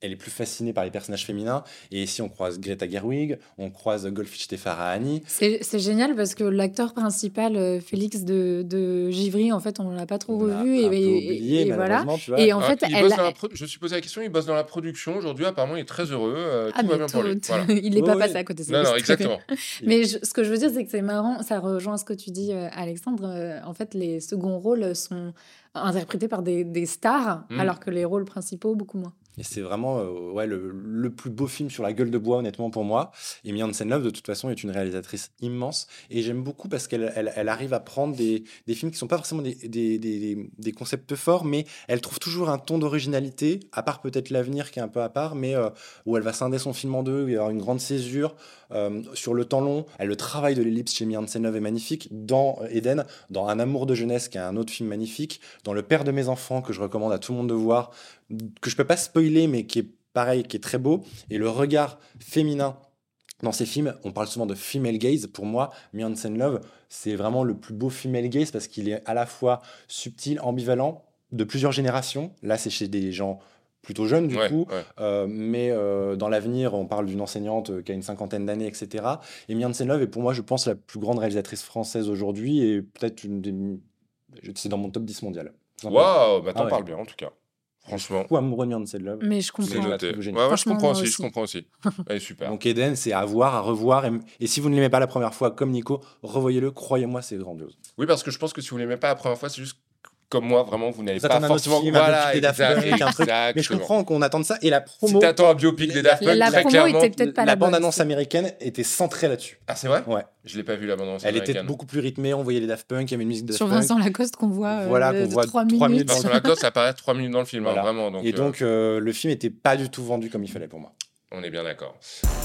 [SPEAKER 3] elle est plus fascinée par les personnages féminins. Et ici, on croise Greta Gerwig, on croise Golshifteh Farahani.
[SPEAKER 2] C'est génial parce que l'acteur principal, Félix de Givry, en fait, on ne l'a pas trop
[SPEAKER 3] On l'a
[SPEAKER 2] revu.
[SPEAKER 3] un peu oublié,
[SPEAKER 2] Et voilà.
[SPEAKER 3] malheureusement, tu vois.
[SPEAKER 2] Et en fait,
[SPEAKER 1] je suis posé la question, il bosse dans la production aujourd'hui, apparemment il est très heureux,
[SPEAKER 2] Ah,
[SPEAKER 1] tout va
[SPEAKER 2] mais
[SPEAKER 1] bien pour lui. Voilà.
[SPEAKER 2] il n'est
[SPEAKER 3] Oui,
[SPEAKER 2] pas
[SPEAKER 3] oui.
[SPEAKER 2] passé à côté.
[SPEAKER 1] Non, exactement.
[SPEAKER 2] Mais ce que je veux dire, c'est que c'est marrant, ça rejoint ce que tu dis, Alexandre. En fait, les seconds rôles sont interprétés par des stars, alors que les rôles principaux, beaucoup moins.
[SPEAKER 3] Et c'est vraiment ouais, le plus beau film sur la gueule de bois, honnêtement, pour moi. Et Mia Hansen-Løve, de toute façon, est une réalisatrice immense. Et j'aime beaucoup parce qu'elle arrive à prendre des films qui ne sont pas forcément des concepts forts, mais elle trouve toujours un ton d'originalité, à part peut-être L'Avenir, qui est un peu à part, mais où elle va scinder son film en deux, où il va y avoir une grande césure. Sur le temps long, le travail de l'ellipse chez Mia Hansen-Løve est magnifique. Dans Eden, dans Un amour de jeunesse, qui est un autre film magnifique, dans Le père de mes enfants, que je recommande à tout le monde de voir, que je peux pas spoiler, mais qui est pareil, qui est très beau. Et le regard féminin dans ces films, on parle souvent de female gaze. Pour moi, Mia Hansen-Løve, c'est vraiment le plus beau female gaze parce qu'il est à la fois subtil, ambivalent, de plusieurs générations. Là, c'est chez des gens plutôt jeunes du coup, mais dans l'avenir, on parle d'une enseignante qui a une 50aine d'années, etc. Et Mia Hansen-Løve est pour moi, je pense, la plus grande réalisatrice française aujourd'hui et peut-être c'est dans mon top 10 mondial.
[SPEAKER 1] Waouh, bah t'en parles bien en tout cas. Franchement.
[SPEAKER 3] Je suis amoureux de Mia Hansen-Løve.
[SPEAKER 2] Mais je comprends.
[SPEAKER 1] C'est noté. Ouais, je comprends aussi. Elle est super.
[SPEAKER 3] Donc Eden, c'est à voir, à revoir. Et si vous ne l'aimez pas la première fois, comme Nico, revoyez-le. Croyez-moi, c'est grandiose.
[SPEAKER 1] Oui, parce que je pense que si vous ne l'aimez pas la première fois, c'est juste comme moi, vraiment, vous n'avez
[SPEAKER 3] Ça
[SPEAKER 1] pas
[SPEAKER 3] t'en a
[SPEAKER 1] forcément.
[SPEAKER 3] Film,
[SPEAKER 1] Voilà,
[SPEAKER 3] mais je comprends qu'on attende ça. Et la promo.
[SPEAKER 1] Si t'attends un biopic des Daft Punk,
[SPEAKER 2] la
[SPEAKER 1] très
[SPEAKER 2] promo
[SPEAKER 1] clairement.
[SPEAKER 2] était peut-être pas
[SPEAKER 3] la
[SPEAKER 2] la bonne.
[SPEAKER 3] bande-annonce américaine était centrée là-dessus.
[SPEAKER 1] Ah, c'est vrai?
[SPEAKER 3] Ouais.
[SPEAKER 1] Je l'ai pas vu la bande-annonce
[SPEAKER 3] Elle
[SPEAKER 1] américaine.
[SPEAKER 3] était beaucoup plus rythmée. On voyait les Daft Punk, il y avait une musique de Daft
[SPEAKER 2] Sur
[SPEAKER 3] Punk.
[SPEAKER 2] Vincent Lacoste qu'on voit,
[SPEAKER 3] qu'on voit
[SPEAKER 2] 3
[SPEAKER 3] 3
[SPEAKER 2] minutes.
[SPEAKER 3] dans
[SPEAKER 1] Vincent Lacoste, ça apparaît 3 minutes dans le film,
[SPEAKER 3] Voilà.
[SPEAKER 1] vraiment. Donc,
[SPEAKER 3] et donc, le film n'était pas du tout vendu comme il fallait pour moi.
[SPEAKER 1] On est bien d'accord.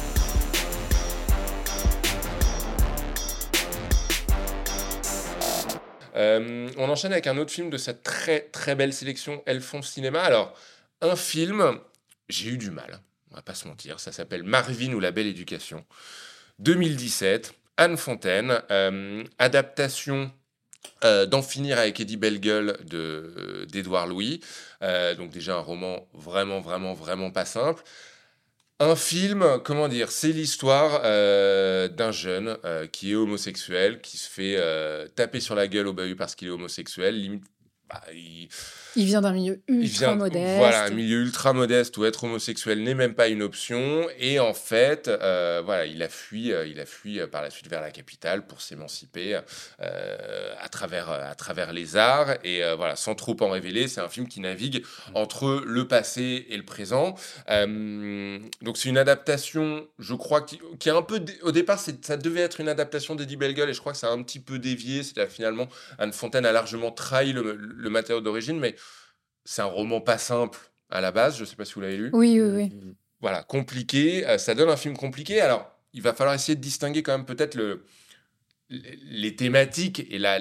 [SPEAKER 1] On enchaîne avec un autre film de cette très très belle sélection Elfon Cinéma. Alors, un film, j'ai eu du mal, on va pas se mentir, ça s'appelle Marvin ou la belle éducation. 2017, Anne Fontaine, adaptation d'en finir avec Eddie Bellegueule d'Édouard Louis. Donc déjà un roman vraiment pas simple. Un film, comment dire, c'est l'histoire d'un jeune qui est homosexuel, qui se fait taper sur la gueule au bahut parce qu'il est homosexuel. Limite,
[SPEAKER 2] il vient d'un milieu ultra modeste.
[SPEAKER 1] Voilà, un milieu ultra modeste où être homosexuel n'est même pas une option. Et en fait, voilà, il a fui par la suite vers la capitale pour s'émanciper à travers les arts. Et voilà, sans trop en révéler, c'est un film qui navigue entre le passé et le présent. Donc c'est une adaptation, je crois, qui est un peu... Au départ, ça devait être une adaptation d'Eddie Bellegueule et je crois que ça a un petit peu dévié. C'est-à-dire finalement, Anne Fontaine a largement trahi le matériau d'origine, mais c'est un roman pas simple à la base, je ne sais pas si vous l'avez lu.
[SPEAKER 2] Oui.
[SPEAKER 1] Voilà, compliqué, ça donne un film compliqué. Alors, il va falloir essayer de distinguer quand même peut-être les thématiques et la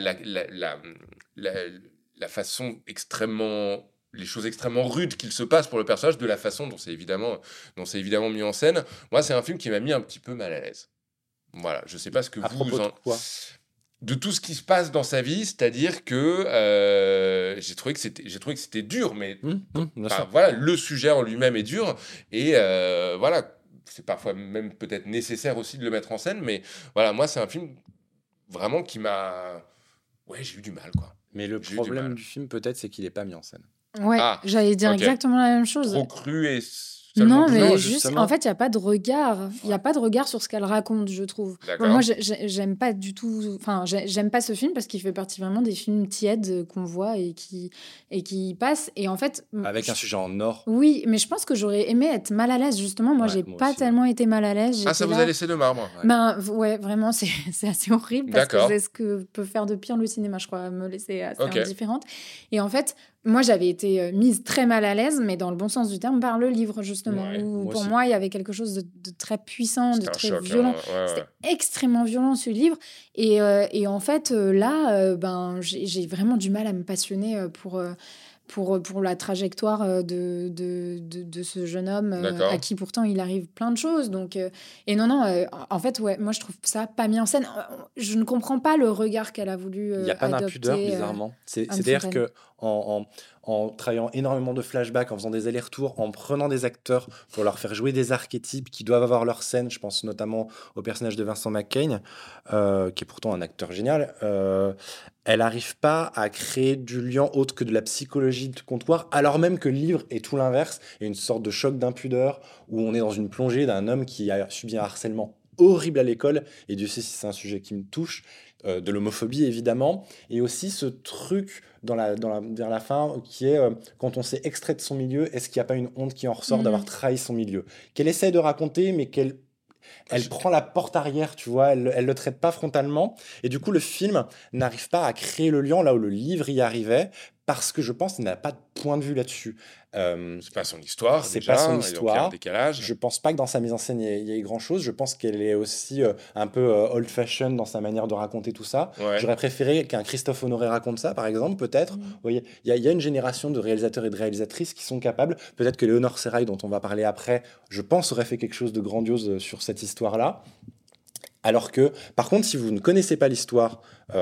[SPEAKER 1] façon extrêmement... les choses extrêmement rudes qu'il se passe pour le personnage de la façon dont c'est évidemment mis en scène. Moi, c'est un film qui m'a mis un petit peu mal à l'aise. Voilà, je ne sais pas ce que
[SPEAKER 3] à propos de quoi
[SPEAKER 1] de tout ce qui se passe dans sa vie, c'est-à-dire que j'ai trouvé que c'était dur, mais voilà, le sujet en lui-même est dur, et voilà, c'est parfois même peut-être nécessaire aussi de le mettre en scène, mais voilà, moi c'est un film vraiment qui m'a... Ouais, j'ai eu du mal, quoi.
[SPEAKER 3] Mais le problème du film, peut-être, c'est qu'il n'est pas mis en scène.
[SPEAKER 2] Ouais, j'allais dire exactement la même chose.
[SPEAKER 1] Trop cru et...
[SPEAKER 2] Non, mais juste, en fait, il n'y a pas de regard. Il n'y a pas de regard sur ce qu'elle raconte, je trouve. Moi, j'aime pas du tout... Enfin, j'aime pas ce film parce qu'il fait partie vraiment des films tièdes qu'on voit et qui passent. Et en fait...
[SPEAKER 3] Avec un sujet en or.
[SPEAKER 2] Oui, mais je pense que j'aurais aimé être mal à l'aise, justement. Moi, j'ai pas tellement été mal à l'aise.
[SPEAKER 1] Ah, ça vous a laissé de marbre.
[SPEAKER 2] Ouais, vraiment, c'est assez horrible parce que c'est ce que peut faire de pire le cinéma, je crois, me laisser assez indifférente. Et en fait... Moi, j'avais été mise très mal à l'aise, mais dans le bon sens du terme, par le livre, justement. Où, pour moi, il y avait quelque chose de très puissant, de très violent. C'était extrêmement violent, ce livre. Et en fait, là, j'ai vraiment du mal à me passionner pour la trajectoire de ce jeune homme à qui pourtant il arrive plein de choses. Donc, et en fait, moi je trouve ça pas mis en scène. Je ne comprends pas le regard qu'elle a voulu
[SPEAKER 3] il n'y a pas
[SPEAKER 2] adopter.
[SPEAKER 3] d'impudeur, bizarrement. C'est-à-dire que en en travaillant énormément de flashbacks, en faisant des allers-retours, en prenant des acteurs pour leur faire jouer des archétypes qui doivent avoir leur scène. Je pense notamment au personnage de Vincent McCain, qui est pourtant un acteur génial. Elle n'arrive pas à créer du lien autre que de la psychologie de comptoir, alors même que le livre est tout l'inverse, et une sorte de choc d'impudeur, où on est dans une plongée d'un homme qui a subi un harcèlement horrible à l'école, et Dieu sait si c'est un sujet qui me touche, de l'homophobie évidemment, et aussi ce truc vers la fin qui est quand on s'est extrait de son milieu, est-ce qu'il n'y a pas une honte qui en ressort d'avoir trahi son milieu, qu'elle essaie de raconter, mais elle prend la porte arrière, tu vois, elle le traite pas frontalement, et du coup le film n'arrive pas à créer le lien là où le livre y arrivait, parce que je pense qu'il n'a pas de point de vue là-dessus.
[SPEAKER 1] C'est pas son histoire,
[SPEAKER 3] C'est
[SPEAKER 1] déjà,
[SPEAKER 3] pas son
[SPEAKER 1] et donc il y a
[SPEAKER 3] histoire.
[SPEAKER 1] un décalage.
[SPEAKER 3] Je pense pas que dans sa mise en scène il y ait grand-chose. Je pense qu'elle est aussi un peu old-fashioned dans sa manière de raconter tout ça.
[SPEAKER 1] Ouais.
[SPEAKER 3] J'aurais préféré qu'un Christophe Honoré raconte ça, par exemple, peut-être. Vous voyez, il y a une génération de réalisateurs et de réalisatrices qui sont capables. Peut-être que Léonore Serrail, dont on va parler après, je pense, aurait fait quelque chose de grandiose sur cette histoire-là. Alors que, par contre, si vous ne connaissez pas l'histoire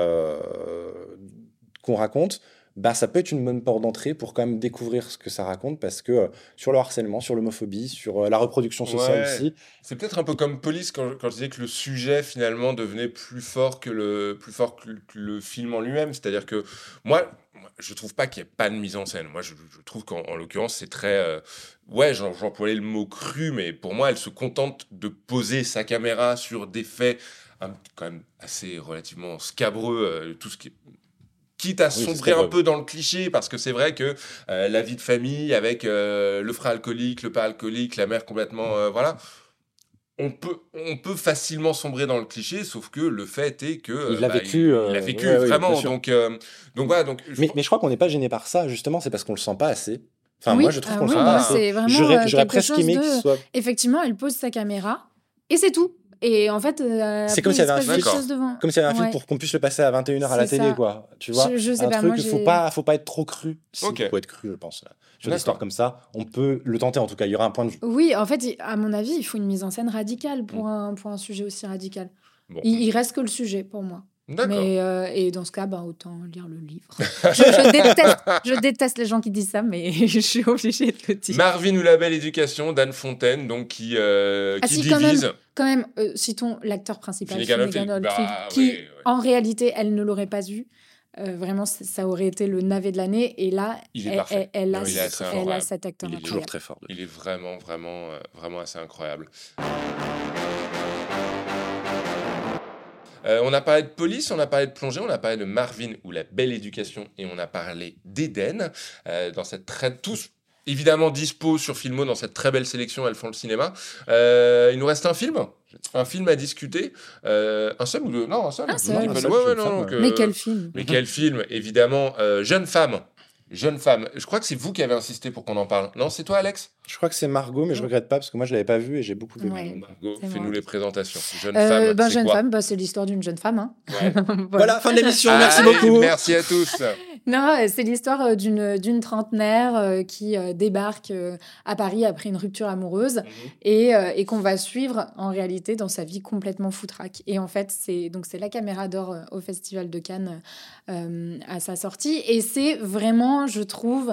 [SPEAKER 3] qu'on raconte, bah, ça peut être une bonne porte d'entrée pour quand même découvrir ce que ça raconte, parce que sur le harcèlement, sur l'homophobie, sur la reproduction sociale aussi.
[SPEAKER 1] C'est peut-être un peu comme Police quand je disais que le sujet finalement devenait plus fort que le film en lui-même. C'est-à-dire que moi, je trouve pas qu'il n'y ait pas de mise en scène. Moi, je trouve qu'en l'occurrence, c'est très... j'employais le mot cru, mais pour moi, elle se contente de poser sa caméra sur des faits quand même assez relativement scabreux, tout ce qui est... Quitte à sombrer un peu dans le cliché, parce que c'est vrai que la vie de famille avec le frère alcoolique, le père alcoolique, la mère complètement... voilà, on peut facilement sombrer dans le cliché, sauf que le fait est que...
[SPEAKER 3] il l'a vécu.
[SPEAKER 1] Il l'a vécu, vraiment. Donc voilà.
[SPEAKER 3] Mais je crois qu'on n'est pas gêné par ça, justement, c'est parce qu'on le sent pas assez. Enfin,
[SPEAKER 2] Oui,
[SPEAKER 3] moi, je trouve qu'on le sent
[SPEAKER 2] moi,
[SPEAKER 3] pas assez.
[SPEAKER 2] c'est vraiment
[SPEAKER 3] J'aurais
[SPEAKER 2] quelque
[SPEAKER 3] presque
[SPEAKER 2] chose
[SPEAKER 3] aimé
[SPEAKER 2] de...
[SPEAKER 3] qu'il soit...
[SPEAKER 2] Effectivement, elle pose sa caméra, et c'est tout. Et en fait,
[SPEAKER 3] c'est comme s'il y avait un
[SPEAKER 2] espèce de
[SPEAKER 1] film.
[SPEAKER 2] chose devant.
[SPEAKER 3] Comme s'il y avait un film pour qu'on puisse le passer à 21h à la
[SPEAKER 2] C'est
[SPEAKER 3] télé,
[SPEAKER 2] ça.
[SPEAKER 3] quoi. Tu vois,
[SPEAKER 2] Je sais
[SPEAKER 3] un
[SPEAKER 2] pas,
[SPEAKER 3] truc,
[SPEAKER 2] moi,
[SPEAKER 3] faut pas être trop cru.
[SPEAKER 1] Ok.
[SPEAKER 3] Il faut être cru, je pense. Là. Sur
[SPEAKER 1] D'accord.
[SPEAKER 3] des histoires comme ça, on peut le tenter, en tout cas. Il y aura un point de vue.
[SPEAKER 2] Oui, en fait, à mon avis, il faut une mise en scène radicale pour un sujet aussi radical.
[SPEAKER 1] Bon.
[SPEAKER 2] Il reste que le sujet, pour moi.
[SPEAKER 1] D'accord.
[SPEAKER 2] Mais, et dans ce cas, autant lire le livre. je déteste les gens qui disent ça, mais je suis obligée de le dire.
[SPEAKER 1] Marvin ou la belle éducation d'Anne Fontaine, donc qui divise.
[SPEAKER 2] Quand même, citons l'acteur principal,
[SPEAKER 1] Finnegan
[SPEAKER 2] Finnegan
[SPEAKER 1] Oldfield.
[SPEAKER 2] Oldfield,
[SPEAKER 1] Bah,
[SPEAKER 2] qui,
[SPEAKER 1] oui.
[SPEAKER 2] en réalité, elle ne l'aurait pas eu. Vraiment, ça aurait été le navet de l'année. Et là,
[SPEAKER 1] Il est parfait.
[SPEAKER 2] elle
[SPEAKER 1] Non, il est assez
[SPEAKER 2] a
[SPEAKER 1] incroyable.
[SPEAKER 2] cet acteur
[SPEAKER 3] Il est
[SPEAKER 2] incroyable.
[SPEAKER 3] toujours très fort.
[SPEAKER 1] Il est vraiment, vraiment, vraiment assez incroyable. On a parlé de Police, on a parlé de Plongée, on a parlé de Marvin ou la belle éducation, et on a parlé d'Éden. Dans cette tous évidemment dispo sur Filmo dans cette très belle sélection, elles font le cinéma. Il nous reste un film à discuter. Un seul ou deux? Non, un seul.
[SPEAKER 2] Un seul.
[SPEAKER 1] Mais
[SPEAKER 2] quel film?
[SPEAKER 1] Mais quel film? Évidemment, Jeune femme. Je crois que c'est vous qui avez insisté pour qu'on en parle. Non, c'est toi, Alex?
[SPEAKER 3] Je crois que c'est Margot, mais je regrette pas parce que moi je l'avais pas vu et j'ai beaucoup aimé.
[SPEAKER 2] Ouais.
[SPEAKER 1] Margot,
[SPEAKER 2] C'est
[SPEAKER 1] fais-nous
[SPEAKER 2] moi.
[SPEAKER 1] les présentations. Jeune femme, c'est
[SPEAKER 2] Jeune
[SPEAKER 1] quoi?
[SPEAKER 2] femme, c'est l'histoire d'une jeune femme. Hein.
[SPEAKER 1] Ouais.
[SPEAKER 3] Voilà, fin de l'émission. Merci
[SPEAKER 1] Allez,
[SPEAKER 3] beaucoup.
[SPEAKER 1] Merci à tous.
[SPEAKER 2] Non, c'est l'histoire d'une trentenaire qui débarque à Paris après une rupture amoureuse et qu'on va suivre en réalité dans sa vie complètement foutraque. Et en fait, c'est la caméra d'or au Festival de Cannes à sa sortie. Et c'est vraiment, je trouve,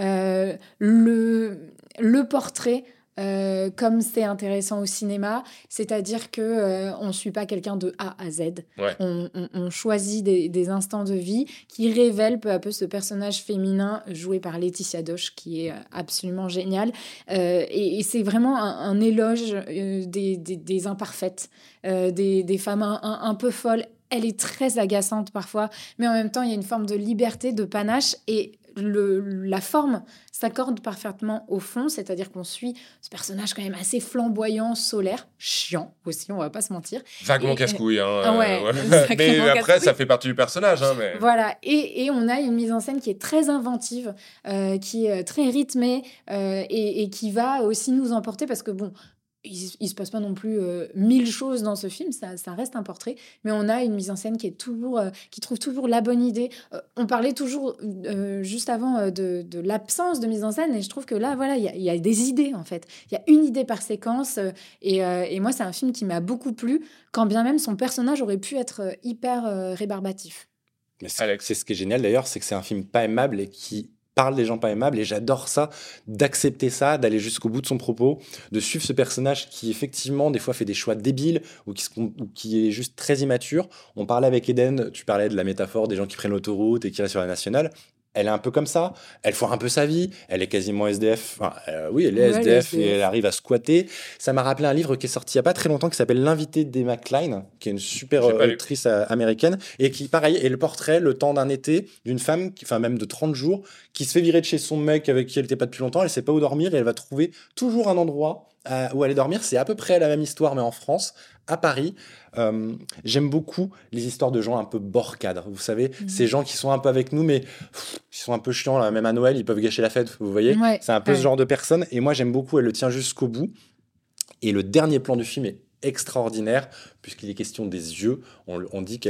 [SPEAKER 2] le portrait comme c'est intéressant au cinéma, c'est-à-dire que on suit pas quelqu'un de A à Z.
[SPEAKER 1] Ouais.
[SPEAKER 2] On choisit des instants de vie qui révèlent peu à peu ce personnage féminin joué par Laetitia Doche, qui est absolument génial. Et c'est vraiment un éloge des imparfaites, des femmes un peu folles. Elle est très agaçante parfois, mais en même temps, il y a une forme de liberté, de panache, et la forme s'accorde parfaitement au fond, c'est-à-dire qu'on suit ce personnage quand même assez flamboyant, solaire, chiant aussi, on va pas se mentir.
[SPEAKER 1] Vaguement casse-couille.
[SPEAKER 2] Ouais,
[SPEAKER 1] mais après,
[SPEAKER 2] casse-couille.
[SPEAKER 1] ça fait partie du personnage. Mais...
[SPEAKER 2] Voilà, et on a une mise en scène qui est très inventive, qui est très rythmée, et qui va aussi nous emporter, parce que bon, il se passe pas non plus 1000 choses dans ce film, ça reste un portrait, mais on a une mise en scène qui trouve toujours la bonne idée. On parlait toujours juste avant de l'absence de mise en scène, et je trouve que là, voilà, il y a des idées en fait. Il y a une idée par séquence, et moi, c'est un film qui m'a beaucoup plu, quand bien même son personnage aurait pu être hyper rébarbatif.
[SPEAKER 3] Mais c'est ce qui est génial d'ailleurs, c'est que c'est un film pas aimable et qui parle des gens pas aimables, et j'adore ça, d'accepter ça, d'aller jusqu'au bout de son propos, de suivre ce personnage qui effectivement des fois fait des choix débiles ou qui est juste très immature. On parlait avec Eden, tu parlais de la métaphore des gens qui prennent l'autoroute et qui restent sur la nationale. Elle est un peu comme ça, elle foire un peu sa vie, elle est quasiment SDF, enfin, oui, elle est
[SPEAKER 2] Ouais,
[SPEAKER 3] SDF
[SPEAKER 2] le
[SPEAKER 3] et
[SPEAKER 2] SDF.
[SPEAKER 3] elle arrive à squatter. Ça m'a rappelé un livre qui est sorti il n'y a pas très longtemps qui s'appelle L'invité d'Emma Klein, qui est une super
[SPEAKER 1] J'ai pas lu.
[SPEAKER 3] autrice américaine, et qui, pareil, est le portrait, le temps d'un été, d'une femme, enfin même de 30 jours, qui se fait virer de chez son mec avec qui elle n'était pas depuis longtemps, elle ne sait pas où dormir, et elle va trouver toujours un endroit où aller dormir. C'est à peu près la même histoire, mais en France, à Paris. J'aime beaucoup les histoires de gens un peu bord cadre, vous savez, ces gens qui sont un peu avec nous, mais qui sont un peu chiants, là. Même à Noël, ils peuvent gâcher la fête, vous voyez.
[SPEAKER 2] Ouais,
[SPEAKER 3] C'est un peu ce
[SPEAKER 2] ouais.
[SPEAKER 3] genre de personne, et moi j'aime beaucoup, elle le tient jusqu'au bout. Et le dernier plan du film est extraordinaire, puisqu'il est question des yeux. On dit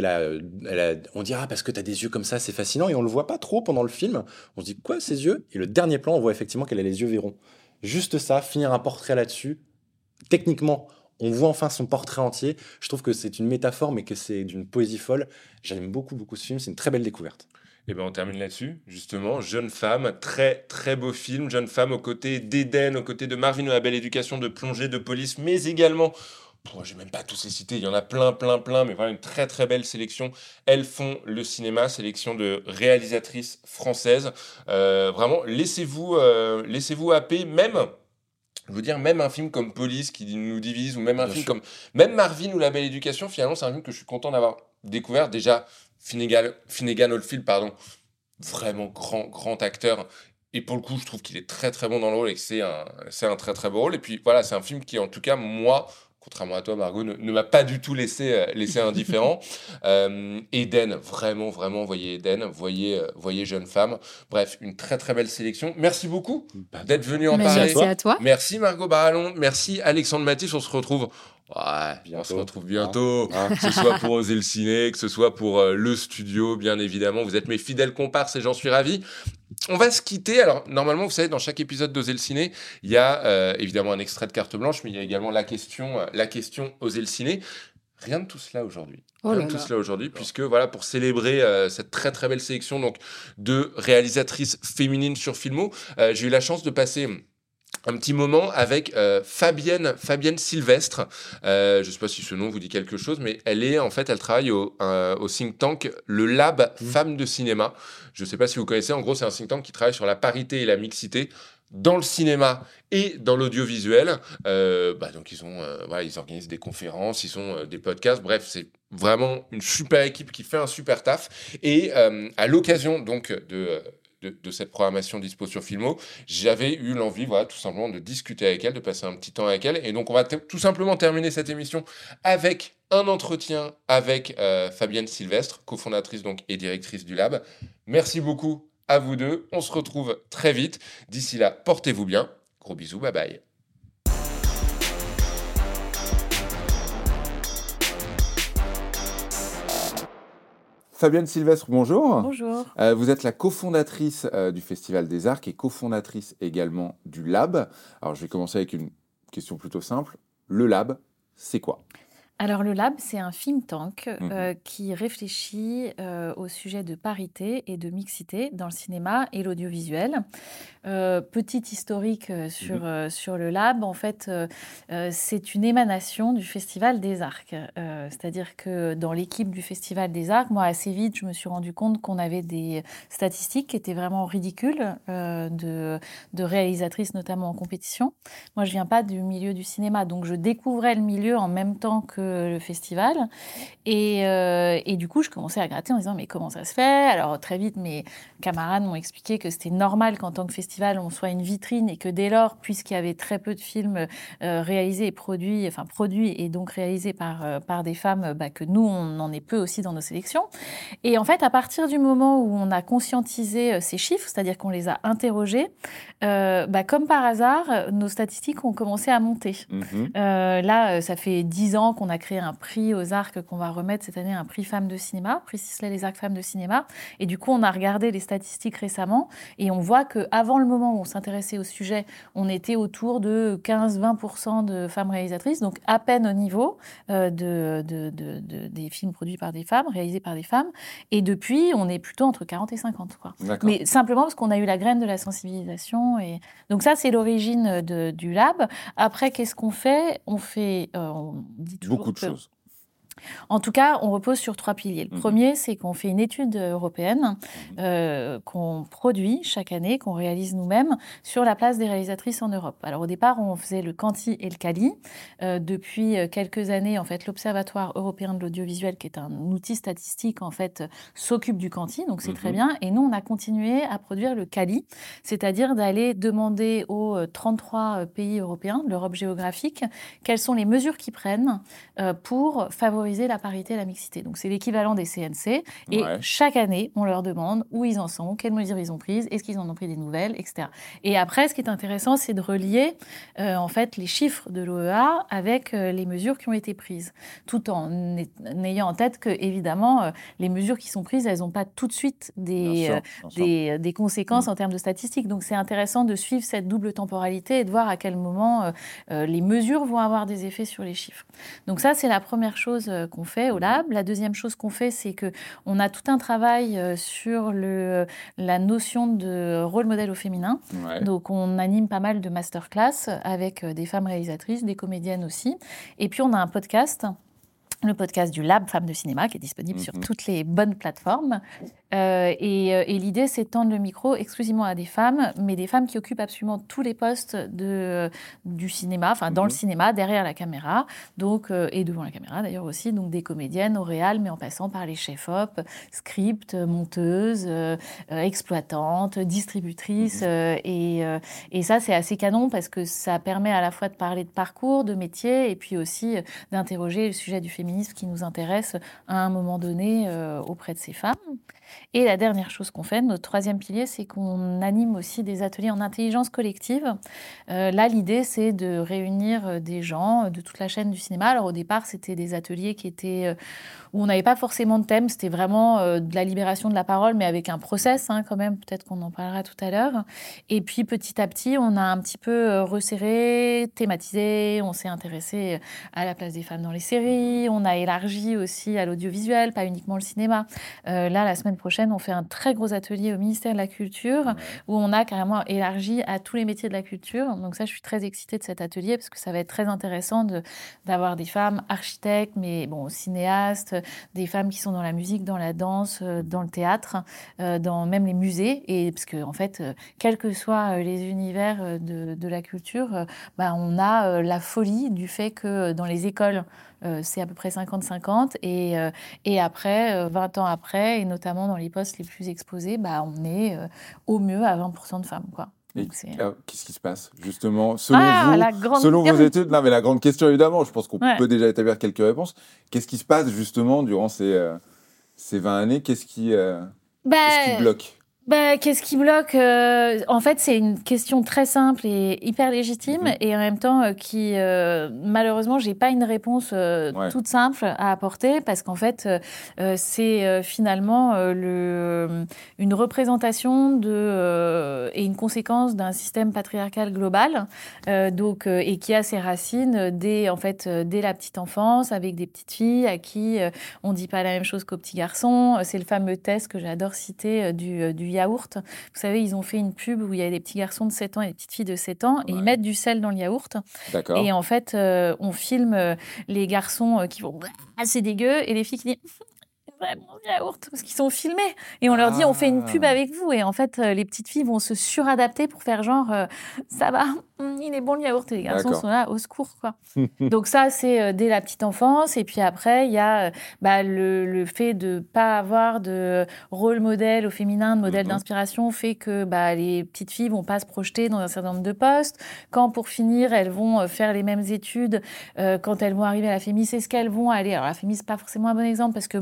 [SPEAKER 3] on dit, ah, parce que t'as des yeux comme ça, c'est fascinant, et on le voit pas trop pendant le film. On se dit, quoi, ces yeux? Et le dernier plan, on voit effectivement qu'elle a les yeux verrons. Juste ça, finir un portrait là-dessus, techniquement, on voit enfin son portrait entier. Je trouve que c'est une métaphore, mais que c'est d'une poésie folle. J'aime beaucoup, beaucoup ce film. C'est une très belle découverte.
[SPEAKER 1] Et ben on termine là-dessus, justement. Jeune femme, très très beau film. Jeune femme aux côtés d'Eden, aux côtés de Marvin ou la belle éducation, de Plongée, de Police, mais également, je vais même pas tous les citer, il y en a plein, mais voilà, une très très belle sélection. Elles font le cinéma, sélection de réalisatrices françaises. Vraiment, laissez-vous happer, même. Je veux dire, même un film comme Police qui nous divise, ou même un
[SPEAKER 3] Bien
[SPEAKER 1] film
[SPEAKER 3] sûr.
[SPEAKER 1] comme. Même Marvin ou La Belle Éducation, finalement, c'est un film que je suis content d'avoir découvert. Déjà, Finnegan Oldfield, pardon, vraiment grand acteur. Et pour le coup, je trouve qu'il est très très bon dans le rôle et que c'est un très très beau rôle. Et puis voilà, c'est un film qui, en tout cas, moi, contrairement à toi, Margot, ne m'a pas du tout laissé indifférent. Eden, vraiment, voyez Eden, voyez Jeune Femme. Bref, une très très belle sélection. Merci beaucoup d'être venu en
[SPEAKER 2] Mais
[SPEAKER 1] parler.
[SPEAKER 2] merci à toi.
[SPEAKER 1] Merci Margot Barallon, merci Alexandre Matisse, on se retrouve. Ouais, on se retrouve bientôt,
[SPEAKER 3] Hein.
[SPEAKER 1] que ce soit pour Oser le ciné, que ce soit pour le studio, bien évidemment. Vous êtes mes fidèles comparses et j'en suis ravi. On va se quitter. Alors, normalement, vous savez, dans chaque épisode d'Oser le ciné, il y a évidemment un extrait de carte blanche, mais il y a également la question Oser le ciné. Rien de tout cela aujourd'hui.
[SPEAKER 2] Oh
[SPEAKER 1] Rien
[SPEAKER 2] là
[SPEAKER 1] de tout
[SPEAKER 2] là.
[SPEAKER 1] cela aujourd'hui, puisque voilà, pour célébrer cette très très belle sélection donc, de réalisatrices féminines sur Filmo, j'ai eu la chance de passer un petit moment avec Fabienne Sylvestre. Je ne sais pas si ce nom vous dit quelque chose, mais elle travaille au think tank Le Lab Femmes de Cinéma. Je ne sais pas si vous connaissez, en gros, c'est un think tank qui travaille sur la parité et la mixité dans le cinéma et dans l'audiovisuel. Donc ils organisent des conférences, ils ont des podcasts, bref, c'est vraiment une super équipe qui fait un super taf. Et à l'occasion donc de cette programmation dispo sur Filmo, j'avais eu l'envie, voilà, tout simplement de discuter avec elle, de passer un petit temps avec elle. Et donc, on va tout simplement terminer cette émission avec un entretien avec Fabienne Sylvestre, cofondatrice donc, et directrice du Lab. Merci beaucoup à vous deux. On se retrouve très vite. D'ici là, portez-vous bien. Gros bisous, bye bye. Fabienne Sylvestre, bonjour.
[SPEAKER 4] Bonjour.
[SPEAKER 1] Vous êtes la cofondatrice du Festival des Arcs et cofondatrice également du Lab. Alors, je vais commencer avec une question plutôt simple. Le Lab, c'est quoi ?
[SPEAKER 4] Alors le Lab, c'est un think tank qui réfléchit au sujet de parité et de mixité dans le cinéma et l'audiovisuel. Petit historique sur le Lab, en fait, c'est une émanation du Festival des Arcs. C'est-à-dire que dans l'équipe du Festival des Arcs, moi, assez vite, je me suis rendu compte qu'on avait des statistiques qui étaient vraiment ridicules de réalisatrices, notamment en compétition. Moi, je viens pas du milieu du cinéma, donc je découvrais le milieu en même temps que le festival. Et du coup, je commençais à gratter en disant, mais comment ça se fait ? Alors, très vite, mes camarades m'ont expliqué que c'était normal qu'en tant que festival, on soit une vitrine et que dès lors, puisqu'il y avait très peu de films réalisés et produits et donc réalisés par des femmes, que nous, on en ait peu aussi dans nos sélections. Et en fait, à partir du moment où on a conscientisé ces chiffres, c'est-à-dire qu'on les a interrogés, comme par hasard, nos statistiques ont commencé à monter. Là, ça fait 10 ans qu'on a créé un prix aux Arcs qu'on va remettre cette année, un prix femmes de cinéma, prix Sisley les Arcs femmes de cinéma. Et du coup, on a regardé les statistiques récemment et on voit qu'avant le moment où on s'intéressait au sujet, on était autour de 15-20% de femmes réalisatrices, donc à peine au niveau des films produits par des femmes, réalisés par des femmes. Et depuis, on est plutôt entre 40 et 50, quoi. Mais simplement parce qu'on a eu la graine de la sensibilisation. Et... Donc ça, c'est l'origine du lab. Après, qu'est-ce qu'on fait ? On dit toujours
[SPEAKER 5] beaucoup de choses.
[SPEAKER 4] En tout cas, on repose sur 3 piliers. Le premier, c'est qu'on fait une étude européenne qu'on produit chaque année, qu'on réalise nous-mêmes, sur la place des réalisatrices en Europe. Alors au départ, on faisait le Quanti et le Quali. Depuis quelques années, en fait, l'Observatoire européen de l'audiovisuel, qui est un outil statistique, en fait, s'occupe du Quanti, donc c'est très bien. Et nous, on a continué à produire le Quali, c'est-à-dire d'aller demander aux 33 pays européens de l'Europe géographique quelles sont les mesures qu'ils prennent pour favoriser la parité et la mixité. Donc, c'est l'équivalent des CNC. Et chaque année, on leur demande où ils en sont, quelles mesures ils ont prises, est-ce qu'ils en ont pris des nouvelles, etc. Et après, ce qui est intéressant, c'est de relier en fait, les chiffres de l'OEA avec les mesures qui ont été prises, tout en ayant en tête que, évidemment, les mesures qui sont prises, elles n'ont pas tout de suite des conséquences en termes de statistiques. Donc, c'est intéressant de suivre cette double temporalité et de voir à quel moment les mesures vont avoir des effets sur les chiffres. Donc, ça, c'est la première chose qu'on fait au lab. La deuxième chose qu'on fait, c'est qu'on a tout un travail sur la notion de rôle modèle au féminin. Donc, on anime pas mal de masterclass avec des femmes réalisatrices, des comédiennes aussi. Et puis, on a un podcast, le podcast du Lab Femmes de Cinéma, qui est disponible sur toutes les bonnes plateformes. Et l'idée, c'est de tendre le micro exclusivement à des femmes, mais des femmes qui occupent absolument tous les postes du cinéma, enfin dans le cinéma, derrière la caméra, donc, et devant la caméra d'ailleurs aussi, donc des comédiennes au réal, mais en passant par les chefs-op, script, monteuses, exploitantes, distributrices. Et ça, c'est assez canon parce que ça permet à la fois de parler de parcours, de métier, et puis aussi d'interroger le sujet du féminisme qui nous intéresse à un moment donné auprès de ces femmes. Et la dernière chose qu'on fait, notre troisième pilier, c'est qu'on anime aussi des ateliers en intelligence collective. Là, l'idée, c'est de réunir des gens de toute la chaîne du cinéma. Alors au départ, c'était des ateliers qui étaient où on n'avait pas forcément de thème, c'était vraiment de la libération de la parole, mais avec un process quand même, peut-être qu'on en parlera tout à l'heure. Et puis petit à petit, on a un petit peu resserré, thématisé, on s'est intéressé à la place des femmes dans les séries, on a élargi aussi à l'audiovisuel, pas uniquement le cinéma. Là, la semaine prochaine, on fait un très gros atelier au ministère de la Culture, où on a carrément élargi à tous les métiers de la culture. Donc ça, je suis très excitée de cet atelier, parce que ça va être très intéressant d'avoir des femmes architectes, mais bon, cinéastes, des femmes qui sont dans la musique, dans la danse, dans le théâtre, dans même les musées. Et parce que en fait, quels que soient les univers de la culture, on a la folie du fait que dans les écoles, c'est à peu près 50-50. Et après, 20 ans après, et notamment dans les postes les plus exposés, on est au mieux à 20% de femmes, quoi.
[SPEAKER 5] Et qu'est-ce qui se passe, justement, selon vos études? Non, mais la grande question, évidemment, je pense qu'on peut déjà établir quelques réponses. Qu'est-ce qui se passe, justement, durant ces 20 années? Qu'est-ce qui bloque?
[SPEAKER 4] Qu'est-ce qui bloque En fait, c'est une question très simple et hyper légitime, et en même temps qui, malheureusement, j'ai pas une réponse toute simple à apporter, parce qu'en fait, c'est finalement une représentation et une conséquence d'un système patriarcal global, et qui a ses racines dès la petite enfance, avec des petites filles à qui on dit pas la même chose qu'aux petits garçons. C'est le fameux test que j'adore citer du yaourt. Vous savez, ils ont fait une pub où il y a des petits garçons de 7 ans et des petites filles de 7 ans, et ils mettent du sel dans le yaourt.
[SPEAKER 5] D'accord.
[SPEAKER 4] Et en fait, on filme les garçons qui vont « c'est dégueu » et les filles qui disent « vraiment yaourt » parce qu'ils sont filmés. Et on leur dit « on fait une pub avec vous ». Et en fait, les petites filles vont se suradapter pour faire genre « ça va, il est bon le yaourt ». Et les garçons sont là, au secours, quoi. Donc ça, c'est dès la petite enfance. Et puis après, il y a le fait de ne pas avoir de rôle modèle au féminin, de modèle d'inspiration, fait que les petites filles ne vont pas se projeter dans un certain nombre de postes. Quand, pour finir, elles vont faire les mêmes études, quand elles vont arriver à la Fémis, c'est ce qu'elles vont aller. Alors la Fémis, ce n'est pas forcément un bon exemple, parce que maintenant,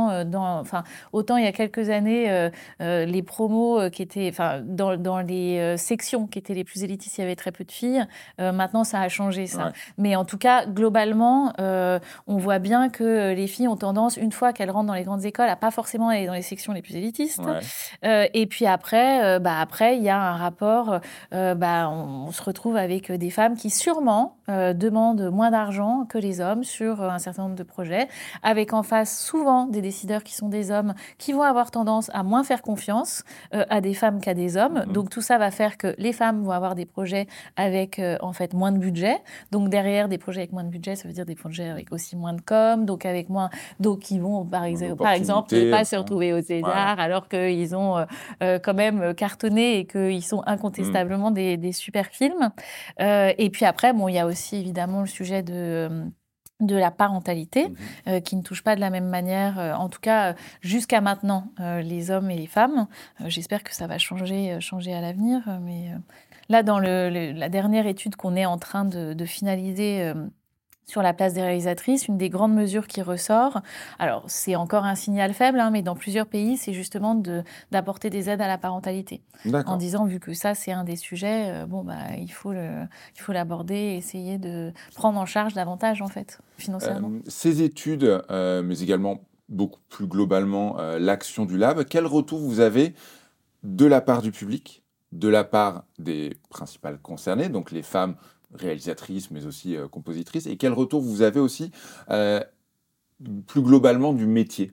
[SPEAKER 4] autant autant il y a quelques années, les promos qui étaient, dans les sections qui étaient les plus élitistes, il y avait très peu de filles. Maintenant, ça a changé, ça. Ouais. Mais en tout cas, globalement, on voit bien que les filles ont tendance, une fois qu'elles rentrent dans les grandes écoles, à pas forcément aller dans les sections les plus élitistes. Ouais. Et puis après, il y a un rapport, on se retrouve avec des femmes qui sûrement demandent moins d'argent que les hommes sur un certain nombre de projets, avec en face souvent des décideurs qui sont des hommes qui vont avoir tendance à moins faire confiance à des femmes qu'à des hommes. Mmh. Donc tout ça va faire que les femmes vont avoir des projets avec en fait moins de budget. Donc derrière des projets avec moins de budget, ça veut dire des projets avec aussi moins de com, donc avec moins, donc qui vont par exemple ne pas se retrouver au César, ouais. Alors qu'ils ont quand même cartonné et qu'ils sont incontestablement des super films. Et puis après, il y a aussi évidemment le sujet de la parentalité, qui ne touche pas de la même manière, en tout cas jusqu'à maintenant, les hommes et les femmes. J'espère que ça va changer à l'avenir, mais là, dans la dernière étude qu'on est en train de finaliser sur la place des réalisatrices, une des grandes mesures qui ressort, alors c'est encore un signal faible, mais dans plusieurs pays, c'est justement d'apporter des aides à la parentalité. D'accord. En disant, vu que ça, c'est un des sujets, il faut l'aborder et essayer de prendre en charge davantage, en fait, financièrement.
[SPEAKER 5] Ces études, mais également beaucoup plus globalement, l'action du Lab, quel retour vous avez de la part du public, de la part des principales concernées, donc les femmes réalisatrices, mais aussi compositrices, et quel retour vous avez aussi plus globalement du métier?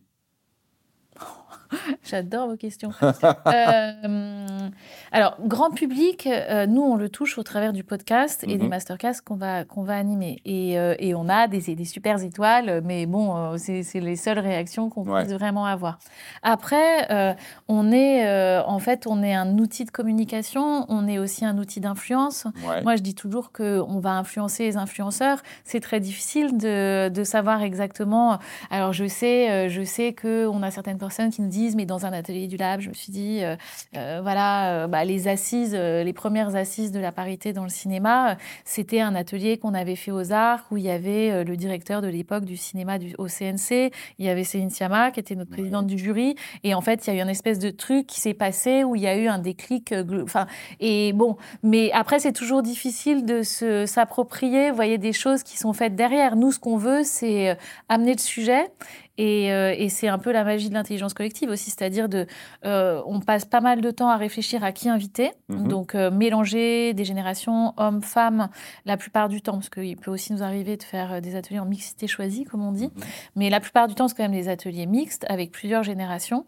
[SPEAKER 4] J'adore vos questions. Alors, grand public, nous, on le touche au travers du podcast et des masterclass qu'on va animer. Et on a des super étoiles, mais bon, c'est les seules réactions qu'on puisse vraiment avoir. Après, on est un outil de communication, on est aussi un outil d'influence. Ouais. Moi, je dis toujours qu'on va influencer les influenceurs. C'est très difficile de savoir exactement. Alors, je sais qu'on a certaines personnes qui nous disent, mais dans un atelier du Lab, je me suis dit, les assises, les premières assises de la parité dans le cinéma, c'était un atelier qu'on avait fait aux Arts, où il y avait le directeur de l'époque du cinéma au CNC, il y avait Céline Sciamma, qui était notre présidente du jury, et en fait, il y a eu une espèce de truc qui s'est passé, où il y a eu un déclic, mais après, c'est toujours difficile de s'approprier, vous voyez, des choses qui sont faites derrière. Nous, ce qu'on veut, c'est amener le sujet. Et c'est un peu la magie de l'intelligence collective aussi, c'est-à-dire on passe pas mal de temps à réfléchir à qui inviter, donc mélanger des générations, hommes, femmes, la plupart du temps, parce qu'il peut aussi nous arriver de faire des ateliers en mixité choisie, comme on dit, mais la plupart du temps, c'est quand même des ateliers mixtes avec plusieurs générations.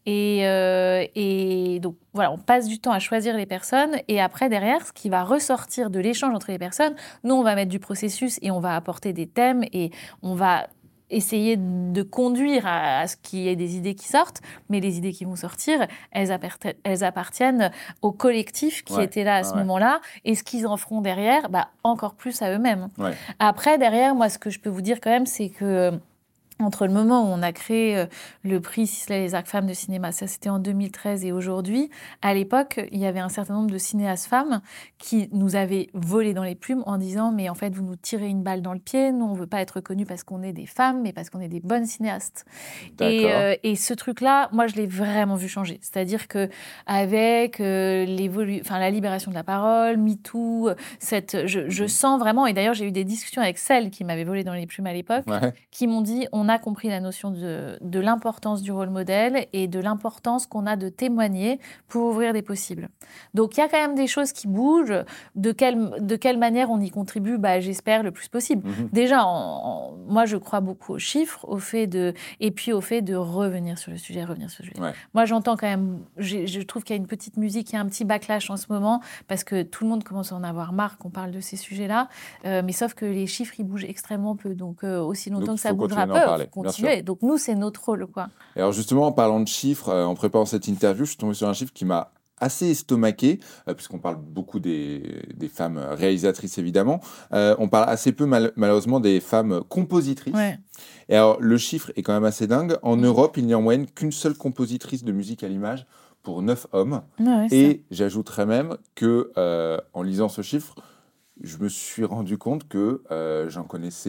[SPEAKER 4] Et donc, voilà, on passe du temps à choisir les personnes, et après, derrière, ce qui va ressortir de l'échange entre les personnes, nous, on va mettre du processus et on va apporter des thèmes et on va essayer de conduire à ce qu'il y ait des idées qui sortent, mais les idées qui vont sortir, elles appartiennent au collectif qui était là à ce moment-là, et ce qu'ils en feront derrière, encore plus à eux-mêmes. Ouais. Après, derrière, moi, ce que je peux vous dire quand même, c'est que entre le moment où on a créé le prix Sisley et les Arcs Femmes de cinéma, ça c'était en 2013, et aujourd'hui, à l'époque, il y avait un certain nombre de cinéastes femmes qui nous avaient volé dans les plumes en disant « mais en fait, vous nous tirez une balle dans le pied, nous on ne veut pas être reconnus parce qu'on est des femmes, mais parce qu'on est des bonnes cinéastes ». Et ce truc-là, moi je l'ai vraiment vu changer. C'est-à-dire qu'avec la libération de la parole, MeToo, je sens vraiment, et d'ailleurs j'ai eu des discussions avec celles qui m'avaient volé dans les plumes à l'époque, qui m'ont dit on a compris la notion de l'importance du rôle modèle et de l'importance qu'on a de témoigner pour ouvrir des possibles. Donc il y a quand même des choses qui bougent. De quelle manière on y contribue, j'espère le plus possible. Déjà, moi je crois beaucoup aux chiffres, au fait de revenir sur le sujet, Ouais. Moi j'entends quand même, je trouve qu'il y a une petite musique, il y a un petit backlash en ce moment, parce que tout le monde commence à en avoir marre qu'on parle de ces sujets-là, mais sauf que les chiffres ils bougent extrêmement peu, donc aussi longtemps que ça bougera peu, continuer. Donc nous, c'est notre rôle, quoi.
[SPEAKER 5] Et alors justement, en parlant de chiffres, en préparant cette interview, je suis tombé sur un chiffre qui m'a assez estomaqué, puisqu'on parle beaucoup des femmes réalisatrices, évidemment. On parle assez peu, malheureusement, des femmes compositrices. Ouais. Et alors, le chiffre est quand même assez dingue. En Europe, il n'y a en moyenne qu'une seule compositrice de musique à l'image pour 9 hommes. Ouais, et j'ajouterais même que, en lisant ce chiffre, je me suis rendu compte que j'en connaissais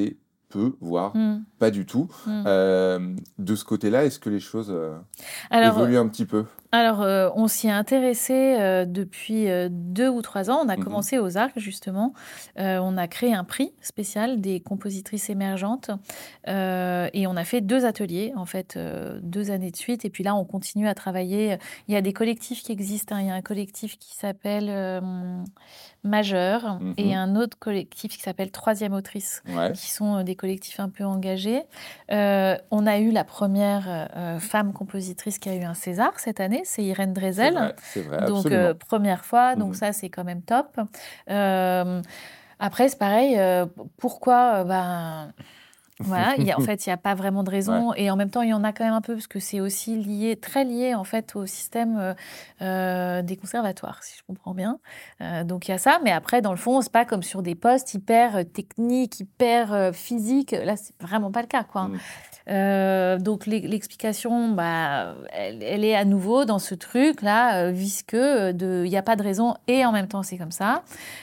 [SPEAKER 5] peu, voire pas du tout. De ce côté-là, est-ce que les choses évoluent un petit peu ?
[SPEAKER 4] Alors, on s'y est intéressé depuis 2 ou 3 ans. On a commencé aux Arcs, justement. On a créé un prix spécial des compositrices émergentes. Et on a fait 2 ateliers, en fait, 2 années de suite. Et puis là, on continue à travailler. Il y a des collectifs qui existent. Il y a un collectif qui s'appelle Majeur et un autre collectif qui s'appelle Troisième Autrice, qui sont des collectifs un peu engagés. On a eu la première femme compositrice qui a eu un César cette année. C'est Irène Dresel.
[SPEAKER 5] C'est vrai,
[SPEAKER 4] donc, première fois. Donc, ça, c'est quand même top. Après, c'est pareil. Pourquoi voilà, en fait, il n'y a pas vraiment de raison. Et en même temps, il y en a quand même un peu, parce que c'est aussi très lié, en fait, au système des conservatoires, si je comprends bien. Donc, il y a ça. Mais après, dans le fond, ce n'est pas comme sur des postes hyper techniques, hyper physiques. Là, ce n'est vraiment pas le cas, quoi. Donc l'explication, elle est à nouveau dans ce truc-là, visque, il n'y a pas de raison et en même temps c'est comme ça.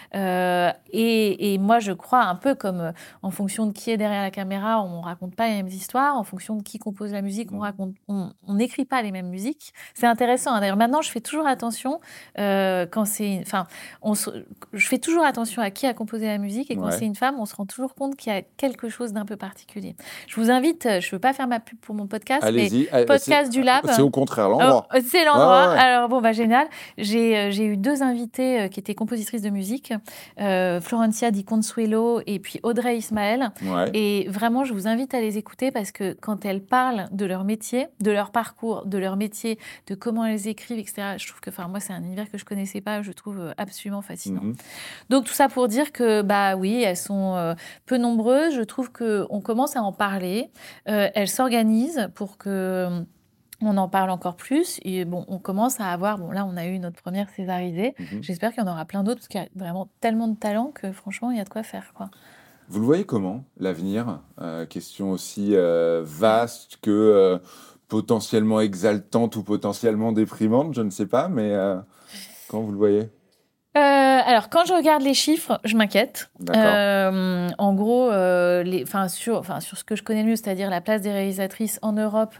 [SPEAKER 4] Et moi je crois un peu comme en fonction de qui est derrière la caméra, on ne raconte pas les mêmes histoires, en fonction de qui compose la musique, on n'écrit pas les mêmes musiques. C'est intéressant, hein. D'ailleurs maintenant je fais toujours attention quand c'est... je fais toujours attention à qui a composé la musique et quand c'est une femme, on se rend toujours compte qu'il y a quelque chose d'un peu particulier. Je vous invite, je ne veux pas faire ma pub pour mon podcast,
[SPEAKER 5] allez-y,
[SPEAKER 4] mais podcast du Lab.
[SPEAKER 5] C'est au contraire l'endroit.
[SPEAKER 4] C'est l'endroit. Alors, génial. J'ai eu 2 invités qui étaient compositrices de musique, Florencia Di Consuelo et puis Audrey Ismaël. Et vraiment, je vous invite à les écouter parce que quand elles parlent de leur métier, de leur parcours, de leur métier, de comment elles écrivent, etc., je trouve que, moi, c'est un univers que je ne connaissais pas, je trouve absolument fascinant. Donc, tout ça pour dire que, oui, elles sont peu nombreuses. Je trouve qu'on commence à en parler. Elles s'organisent pour que on en parle encore plus. Et on commence à avoir... là, on a eu notre première césarisée. J'espère qu'il y en aura plein d'autres parce qu'il y a vraiment tellement de talent que, franchement, il y a de quoi faire, quoi.
[SPEAKER 5] Vous le voyez comment, l'avenir ? Question aussi vaste que potentiellement exaltante ou potentiellement déprimante, je ne sais pas, mais comment vous le voyez ?
[SPEAKER 4] Alors, quand je regarde les chiffres, je m'inquiète. En gros, sur ce que je connais le mieux, c'est-à-dire la place des réalisatrices en Europe,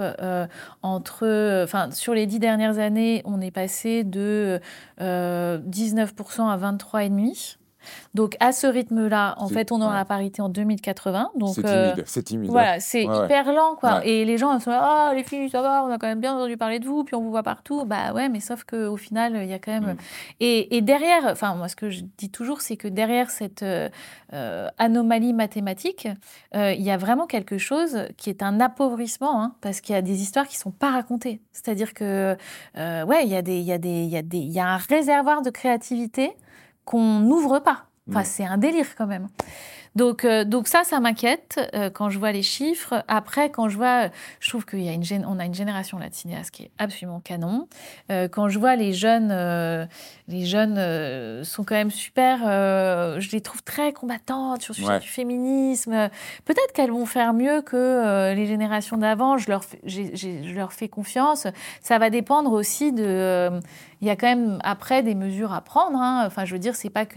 [SPEAKER 4] sur les 10 dernières années, on est passé de 19% à 23,5%. Donc, à ce rythme-là, en fait, on aura la parité en 2080. Donc,
[SPEAKER 5] c'est timide.
[SPEAKER 4] Voilà, c'est hyper lent, quoi. Et les gens sont là, les filles, ça va, on a quand même bien entendu parler de vous, puis on vous voit partout. Mais sauf qu'au final, il y a quand même... Et derrière, moi, ce que je dis toujours, c'est que derrière cette anomalie mathématique, il y a vraiment quelque chose qui est un appauvrissement, hein, parce qu'il y a des histoires qui ne sont pas racontées. C'est-à-dire que, il y a un réservoir de créativité qu'on n'ouvre pas. C'est un délire quand même. Donc ça m'inquiète quand je vois les chiffres. Après, quand je vois, je trouve qu'on a une génération là de cinéastes qui est absolument canon. Quand je vois les jeunes sont quand même super. Je les trouve très combattantes sur le sujet du féminisme. Peut-être qu'elles vont faire mieux que les générations d'avant. Je leur fais confiance. Ça va dépendre aussi de. Il y a quand même après des mesures à prendre, hein. Je veux dire, c'est pas que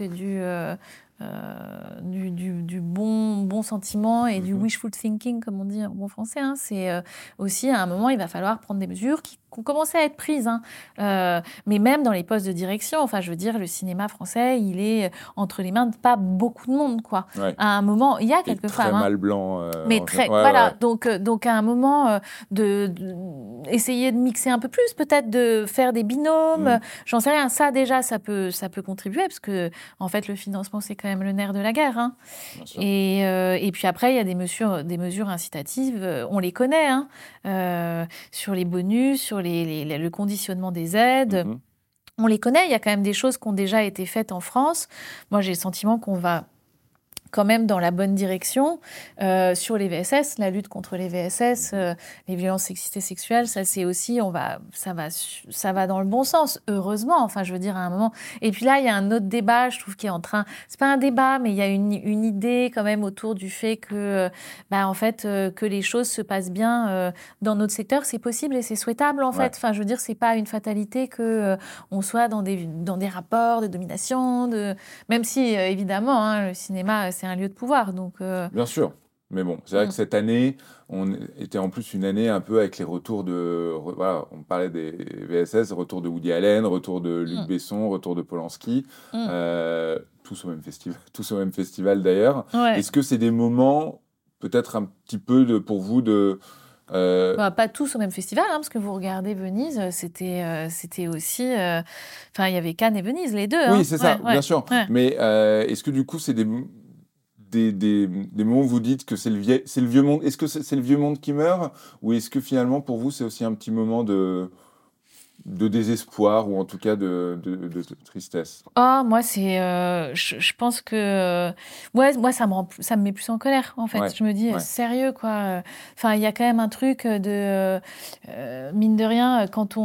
[SPEAKER 4] du bon sentiment et du wishful thinking, comme on dit en bon français, hein. C'est aussi, à un moment, il va falloir prendre des mesures qui ont commencé à être prises, hein. Mais même dans les postes de direction, je veux dire, le cinéma français, il est entre les mains de pas beaucoup de monde, quoi. À un moment, il y a quelques femmes.
[SPEAKER 5] Très mal blanc.
[SPEAKER 4] Mais très, voilà. Donc, à un moment, essayer de mixer un peu plus, peut-être de faire des binômes. J'en sais rien. Ça, déjà, ça peut contribuer, parce que, en fait, le financement, c'est quand même le nerf de la guerre, hein. Et puis après, il y a des mesures incitatives. On les connaît, hein, sur les bonus, sur le conditionnement des aides. On les connaît. Il y a quand même des choses qui ont déjà été faites en France. Moi, j'ai le sentiment qu'on va quand même dans la bonne direction. Sur les VSS, la lutte contre les VSS, les violences sexistes et sexuelles, ça c'est aussi, ça va dans le bon sens, heureusement, je veux dire, à un moment. Et puis là, il y a un autre débat, je trouve, qui est en train... C'est pas un débat, mais il y a une idée quand même autour du fait que, en fait, que les choses se passent bien dans notre secteur, c'est possible et c'est souhaitable, en fait. Je veux dire, c'est pas une fatalité que on soit dans des rapports de domination, même si, évidemment, hein, le cinéma, c'est un lieu de pouvoir. Donc,
[SPEAKER 5] bien sûr. Mais bon, c'est vrai que cette année, on était en plus une année un peu avec les retours de... Voilà, on parlait des VSS, retour de Woody Allen, retour de Luc Besson, retour de Polanski, tous au même festival d'ailleurs.
[SPEAKER 4] Ouais.
[SPEAKER 5] Est-ce que c'est des moments, peut-être un petit peu pour vous de...
[SPEAKER 4] Pas tous au même festival, hein, parce que vous regardez Venise, c'était aussi... Enfin, il y avait Cannes et Venise, les deux.
[SPEAKER 5] Oui,
[SPEAKER 4] hein.
[SPEAKER 5] c'est ça, bien sûr.
[SPEAKER 4] Ouais.
[SPEAKER 5] Mais est-ce que du coup, c'est des moments où vous dites que c'est le vieux monde. Est-ce que c'est le vieux monde qui meurt, ou est-ce que finalement pour vous c'est aussi un petit moment de désespoir, ou en tout cas de tristesse?
[SPEAKER 4] Moi c'est je pense que moi ça me met plus en colère en fait. Je me dis sérieux quoi. Enfin il y a quand même un truc de mine de rien quand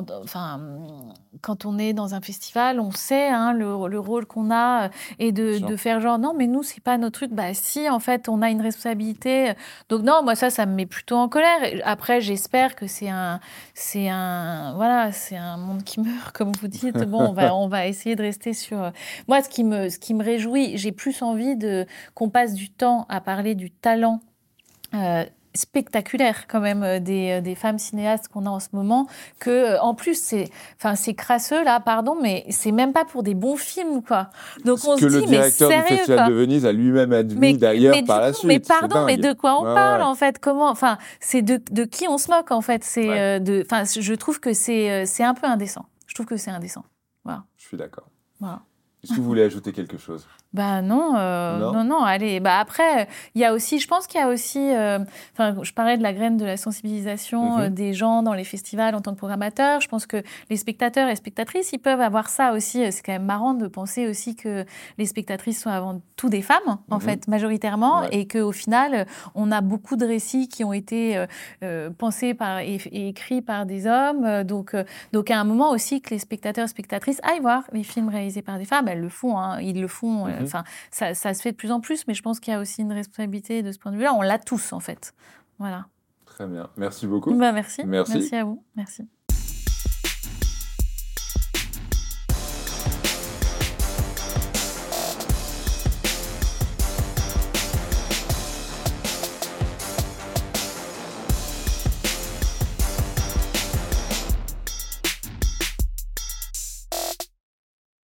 [SPEAKER 4] on est dans un festival, on sait le rôle qu'on a et de faire genre non mais nous c'est pas notre truc. Bah si en fait on a une responsabilité. Donc non moi ça me met plutôt en colère. Après j'espère que c'est un monde qui meurt comme vous dites. Bon on va essayer de rester sur moi ce qui me réjouit. J'ai plus envie qu'on passe du temps à parler du talent spectaculaire quand même des femmes cinéastes qu'on a en ce moment, que en plus c'est crasseux là, pardon, mais c'est même pas pour des bons films quoi. Donc on se dit mais sérieux,
[SPEAKER 5] le directeur du Festival de Venise a lui-même admis d'ailleurs par la suite.
[SPEAKER 4] Mais pardon, mais de quoi on parle en fait? Comment? Enfin, c'est de qui on se moque en fait? C'est je trouve que c'est un peu indécent. Je trouve que c'est indécent. Voilà.
[SPEAKER 5] Je suis d'accord.
[SPEAKER 4] Voilà.
[SPEAKER 5] Est-ce que vous voulez ajouter quelque chose?
[SPEAKER 4] Non, allez. Après, je pense qu'il y a aussi, je parlais de la graine de la sensibilisation des gens dans les festivals en tant que programmateurs. Je pense que les spectateurs et spectatrices, ils peuvent avoir ça aussi. C'est quand même marrant de penser aussi que les spectatrices sont avant tout des femmes, en fait, majoritairement, et qu'au final, on a beaucoup de récits qui ont été pensés et écrits par des hommes. Donc, à un moment aussi que les spectateurs et spectatrices aillent voir les films réalisés par des femmes. Elles le font, ils le font. Ça se fait de plus en plus, mais je pense qu'il y a aussi une responsabilité de ce point de vue-là. On l'a tous, en fait. Voilà.
[SPEAKER 5] Très bien. Merci beaucoup.
[SPEAKER 4] Merci. Merci à vous. Merci.